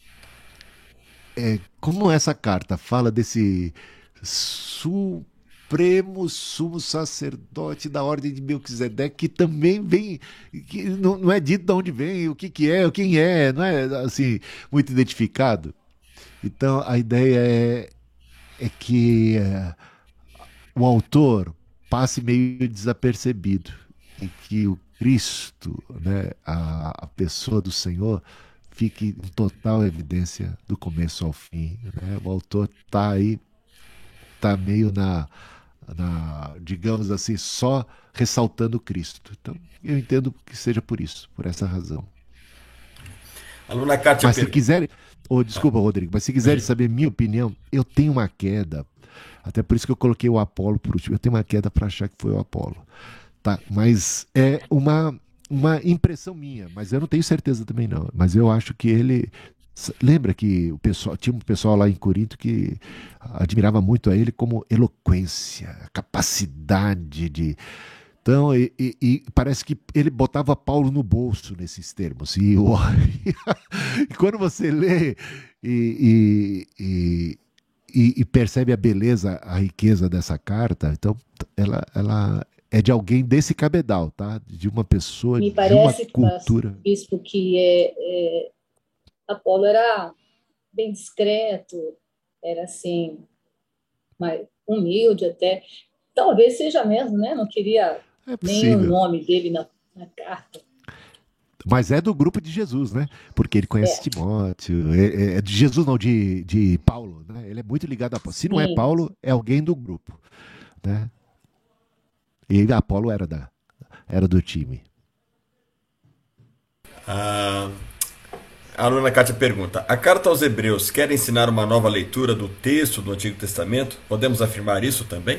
Speaker 1: é como essa carta fala desse supremo sumo sacerdote da ordem de Melquisedeque, que também vem, que não, não é dito de onde vem, o que, que é, quem é, não é assim, muito identificado. Então, a ideia é, é que é, o autor passe meio desapercebido e que o Cristo, né, a, a pessoa do Senhor, fique em total evidência do começo ao fim. Né? O autor está aí, está meio na, na, digamos assim, só ressaltando Cristo. Então, eu entendo que seja por isso, por essa razão.
Speaker 3: Aluna Kátia
Speaker 1: Mas se quiserem... Oh, desculpa, Rodrigo, mas se quiserem saber minha opinião, eu tenho uma queda, até por isso que eu coloquei o Apolo por último, eu tenho uma queda para achar que foi o Apolo, tá? Mas é uma, uma impressão minha, mas eu não tenho certeza também não, mas eu acho que ele, lembra que o pessoal, tinha um pessoal lá em Corinto que admirava muito a ele como eloquência, capacidade de... Então, e, e, e parece que ele botava Paulo no bolso nesses termos. E, o, e quando você lê e, e, e, e percebe a beleza, a riqueza dessa carta, então ela, ela é de alguém desse cabedal, tá? De uma pessoa,
Speaker 4: Me
Speaker 1: de
Speaker 4: parece,
Speaker 1: uma cultura.
Speaker 4: Bispo, que é, é, Apolo era bem discreto, era assim, mais humilde até. Talvez seja mesmo, né? Não queria...
Speaker 1: É
Speaker 4: nem o nome dele na, na carta.
Speaker 1: Mas é do grupo de Jesus, né? Porque ele conhece é. Timóteo, é, é de Jesus, não, de, de Paulo, né? Ele é muito ligado a Paulo. Se não Sim. é Paulo, é alguém do grupo, né? E Apolo era, da, era do time.
Speaker 3: Ah, a aluna Kátia pergunta: a carta aos Hebreus quer ensinar uma nova leitura do texto do Antigo Testamento? Podemos afirmar isso também?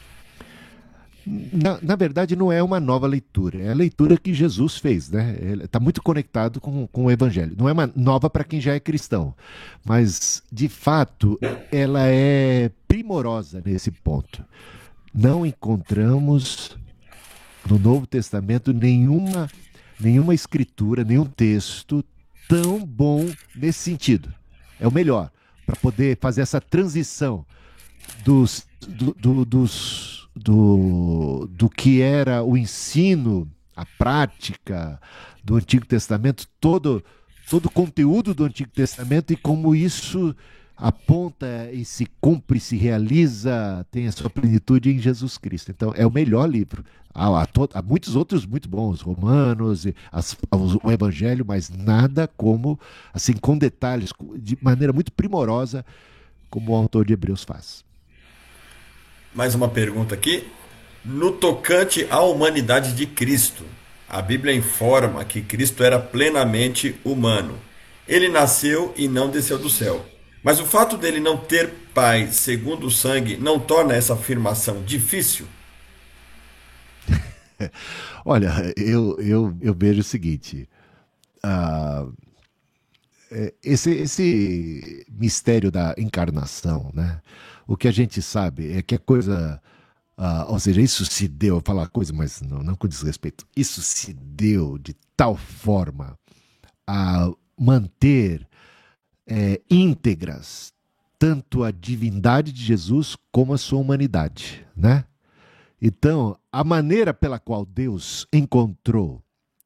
Speaker 1: Na, na verdade, não é uma nova leitura, é a leitura que Jesus fez, né? Está muito conectado com, com o Evangelho. Não é uma nova para quem já é cristão, mas, de fato, ela é primorosa nesse ponto. Não encontramos no Novo Testamento nenhuma, nenhuma escritura, nenhum texto tão bom nesse sentido. É o melhor, para poder fazer essa transição dos... Do, do, dos Do, do que era o ensino, a prática do Antigo Testamento, todo, todo o conteúdo do Antigo Testamento e como isso aponta e se cumpre, se realiza, tem a sua plenitude em Jesus Cristo. Então, é o melhor livro. Há, há, to, há muitos outros muito bons, Romanos, as, o Evangelho, mas nada como, assim, com detalhes, de maneira muito primorosa, como o autor de Hebreus faz.
Speaker 3: Mais uma pergunta aqui. No tocante à humanidade de Cristo, a Bíblia informa que Cristo era plenamente humano. Ele nasceu e não desceu do céu. Mas o fato dele não ter pai segundo o sangue não torna essa afirmação difícil?
Speaker 1: Olha, eu, eu, eu vejo o seguinte. Uh, esse, esse mistério da encarnação, né? O que a gente sabe é que a coisa... Uh, ou seja, isso se deu, eu falar coisa, mas não, não com desrespeito, isso se deu de tal forma a manter é, íntegras tanto a divindade de Jesus como a sua humanidade, né? Então, a maneira pela qual Deus encontrou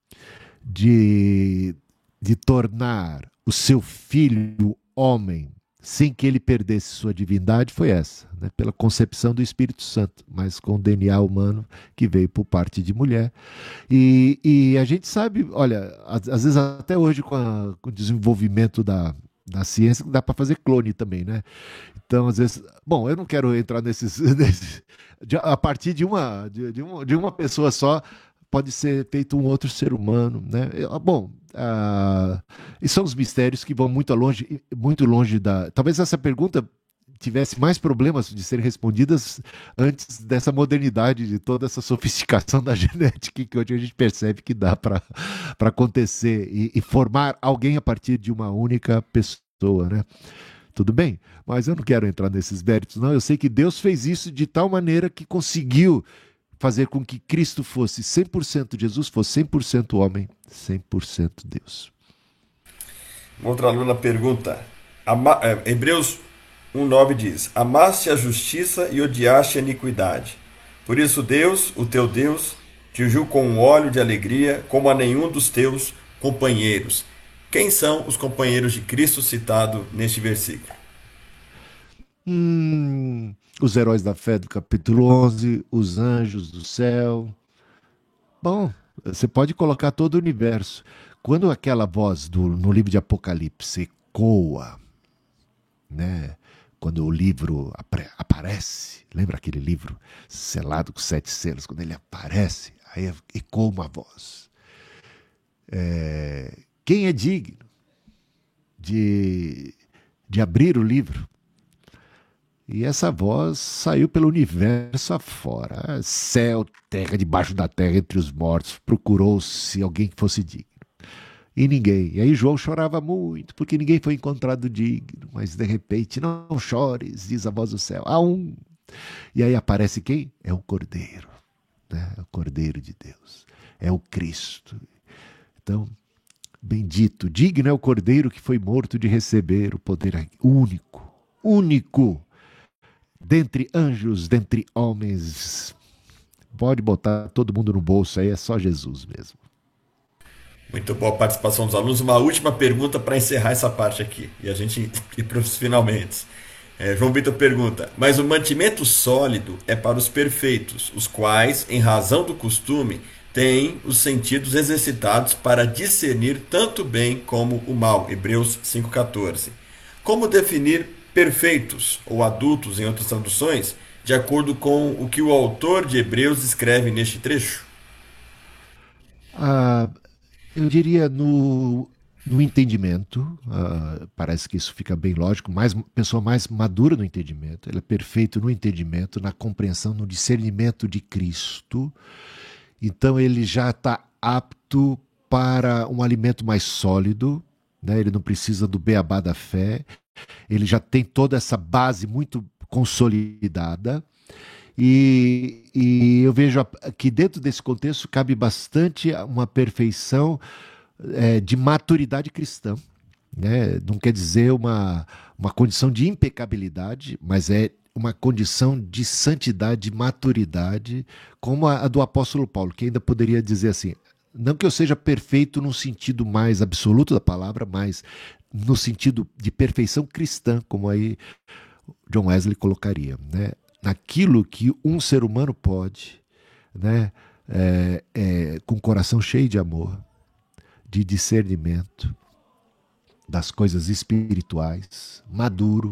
Speaker 1: de, de tornar o seu filho homem sem que ele perdesse sua divindade foi essa, né? Pela concepção do Espírito Santo, mas com D N A humano que veio por parte de mulher. E, e a gente sabe, olha, às, às vezes até hoje com, a, com o desenvolvimento da, da ciência, dá para fazer clone também, né? Então, às vezes... Bom, eu não quero entrar nesses... nesses de, a partir de uma, de, de, uma, de uma pessoa só, pode ser feito um outro ser humano, né? Bom... Uh, e são os mistérios que vão muito longe, muito longe da... Talvez essa pergunta tivesse mais problemas de serem respondidas antes dessa modernidade, de toda essa sofisticação da genética que hoje a gente percebe que dá para acontecer e, e formar alguém a partir de uma única pessoa, né? Tudo bem, mas eu não quero entrar nesses méritos, não. Eu sei que Deus fez isso de tal maneira que conseguiu fazer com que Cristo fosse cem por cento Jesus, fosse cem por cento homem, cem por cento Deus.
Speaker 3: Outra aluna pergunta, Ama, é, Hebreus um nove diz, amaste a justiça e odiaste a iniquidade. Por isso Deus, o teu Deus, te ungiu com um óleo de alegria, como a nenhum dos teus companheiros. Quem são os companheiros de Cristo citado neste versículo?
Speaker 1: Hum... Os heróis da fé do capítulo onze, os anjos do céu. Bom, você pode colocar todo o universo. Quando aquela voz do, no livro de Apocalipse ecoa, né? Quando o livro apre, aparece, lembra aquele livro selado com sete selos? Quando ele aparece, aí ecoa uma voz. É, quem é digno de, de abrir o livro? E essa voz saiu pelo universo afora. Céu, terra, debaixo da terra, entre os mortos. Procurou-se alguém que fosse digno. E ninguém. E aí João chorava muito, porque ninguém foi encontrado digno. Mas de repente, não chores, diz a voz do céu. Há um. E aí aparece quem? É o Cordeiro. Né? É o Cordeiro de Deus. É o Cristo. Então, bendito, digno é o Cordeiro que foi morto de receber o poder único. Único. Dentre anjos, dentre homens, pode botar todo mundo no bolso aí, é só Jesus mesmo.
Speaker 3: Muito boa a participação dos alunos. Uma última pergunta para encerrar essa parte aqui, e a gente ir para os finalmente. É, João Vitor pergunta, mas o mantimento sólido é para os perfeitos, os quais, em razão do costume, têm os sentidos exercitados para discernir tanto o bem como o mal. Hebreus cinco, quatorze. Como definir perfeitos, ou adultos em outras traduções, de acordo com o que o autor de Hebreus escreve neste trecho?
Speaker 1: Ah, eu diria no, no entendimento, ah, parece que isso fica bem lógico, mais, pessoa mais madura no entendimento, ele é perfeito no entendimento, na compreensão, no discernimento de Cristo, então ele já está apto para um alimento mais sólido, né? Ele não precisa do beabá da fé, ele já tem toda essa base muito consolidada e, e eu vejo que dentro desse contexto cabe bastante uma perfeição é, de maturidade cristã, né? Não quer dizer uma, uma condição de impecabilidade, mas é uma condição de santidade, de maturidade, como a, a do apóstolo Paulo, que ainda poderia dizer assim, não que eu seja perfeito no sentido mais absoluto da palavra, mas no sentido de perfeição cristã, como aí John Wesley colocaria, né? Naquilo que um ser humano pode, né? É, é, com o coração cheio de amor, de discernimento das coisas espirituais, maduro,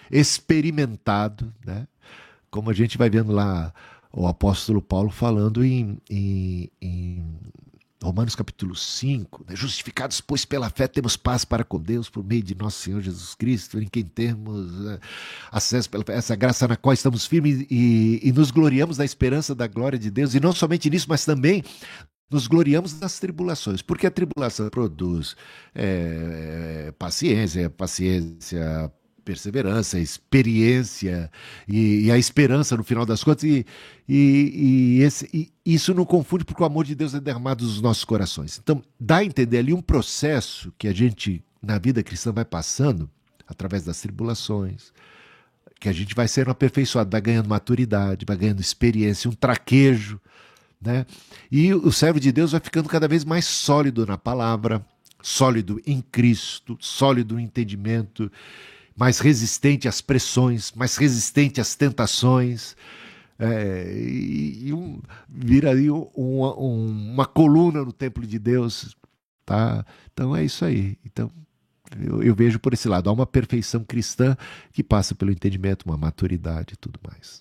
Speaker 1: experimentado, né? Como a gente vai vendo lá o apóstolo Paulo falando em, em, em Romanos capítulo cinco, né? Justificados, pois, pela fé temos paz para com Deus por meio de nosso Senhor Jesus Cristo, em quem temos né, acesso a essa graça na qual estamos firmes e, e nos gloriamos da esperança da glória de Deus, e não somente nisso, mas também nos gloriamos das tribulações, porque a tribulação produz é, paciência, paciência, perseverança, experiência e, e a esperança no final das contas, e, e, e, esse, e isso não confunde, porque o amor de Deus é derramado nos nossos corações. Então, dá a entender ali um processo que a gente, na vida cristã, vai passando através das tribulações, que a gente vai sendo aperfeiçoado, vai ganhando maturidade, vai ganhando experiência, um traquejo, né? E o servo de Deus vai ficando cada vez mais sólido na palavra, sólido em Cristo, sólido no entendimento, mais resistente às pressões, mais resistente às tentações, é, e, e um, vira aí um, um, uma coluna no templo de Deus, tá? Então é isso aí. Então eu, eu vejo por esse lado, há uma perfeição cristã que passa pelo entendimento, uma maturidade e tudo mais.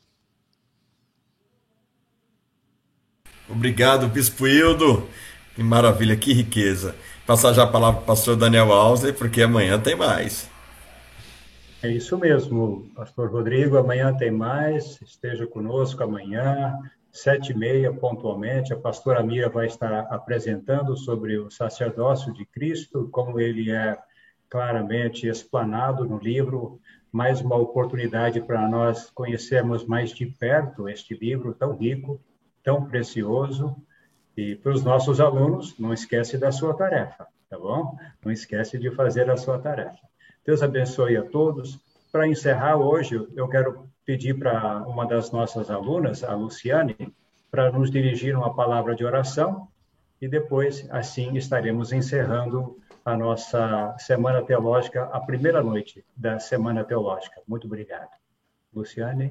Speaker 3: Obrigado, Bispo Hildo. Que maravilha, que riqueza. Passar já a palavra para o pastor Daniel Alves, porque amanhã tem mais.
Speaker 2: É isso mesmo, pastor Rodrigo. Amanhã tem mais. Esteja conosco amanhã, sete e meia, pontualmente. A pastora Mira vai estar apresentando sobre o sacerdócio de Cristo, como ele é claramente explanado no livro. Mais uma oportunidade para nós conhecermos mais de perto este livro tão rico, tão precioso. E para os nossos alunos, não esquece da sua tarefa, tá bom? Não esquece de fazer a sua tarefa. Deus abençoe a todos. Para encerrar hoje, eu quero pedir para uma das nossas alunas, a Luciane, para nos dirigir uma palavra de oração e depois, assim, estaremos encerrando a nossa Semana Teológica, a primeira noite da Semana Teológica. Muito obrigado. Luciane?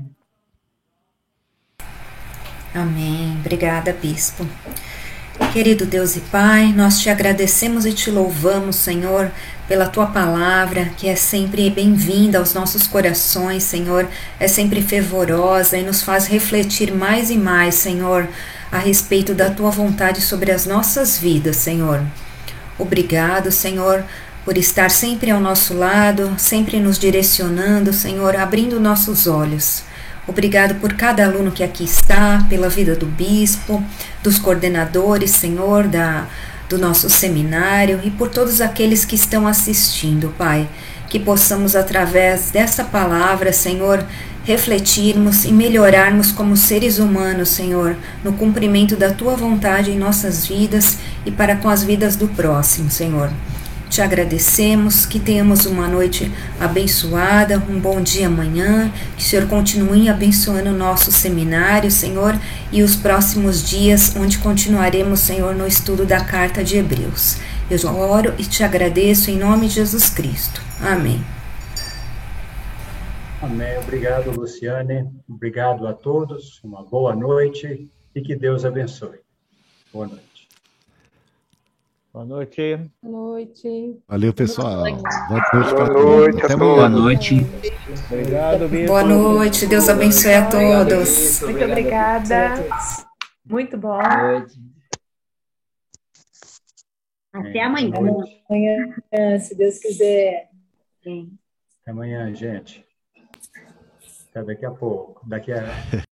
Speaker 6: Amém. Obrigada, Bispo. Querido Deus e Pai, nós te agradecemos e te louvamos, Senhor, pela tua palavra, que é sempre bem-vinda aos nossos corações, Senhor, é sempre fervorosa e nos faz refletir mais e mais, Senhor, a respeito da tua vontade sobre as nossas vidas, Senhor. Obrigado, Senhor, por estar sempre ao nosso lado, sempre nos direcionando, Senhor, abrindo nossos olhos. Obrigado por cada aluno que aqui está, pela vida do bispo, dos coordenadores, Senhor, da, do nosso seminário e por todos aqueles que estão assistindo, Pai. Que possamos, através dessa palavra, Senhor, refletirmos e melhorarmos como seres humanos, Senhor, no cumprimento da Tua vontade em nossas vidas e para com as vidas do próximo, Senhor. Te agradecemos, que tenhamos uma noite abençoada, um bom dia amanhã, que o Senhor continue abençoando o nosso seminário, Senhor, e os próximos dias, onde continuaremos, Senhor, no estudo da Carta de Hebreus. Eu oro e te agradeço em nome de Jesus Cristo. Amém.
Speaker 2: Amém. Obrigado, Luciane. Obrigado a todos. Uma boa noite e que Deus abençoe. Boa noite.
Speaker 5: Boa noite.
Speaker 7: Boa noite.
Speaker 1: Valeu, pessoal. Boa noite.
Speaker 8: Boa noite.
Speaker 1: Até
Speaker 8: amanhã.
Speaker 9: Boa noite.
Speaker 5: Obrigado, Bispo.
Speaker 6: Boa noite, Deus abençoe a todos.
Speaker 7: Muito obrigada. Muito bom.
Speaker 10: Até amanhã.
Speaker 4: Amanhã, se Deus quiser.
Speaker 2: Até amanhã, gente. Até daqui a pouco. Daqui a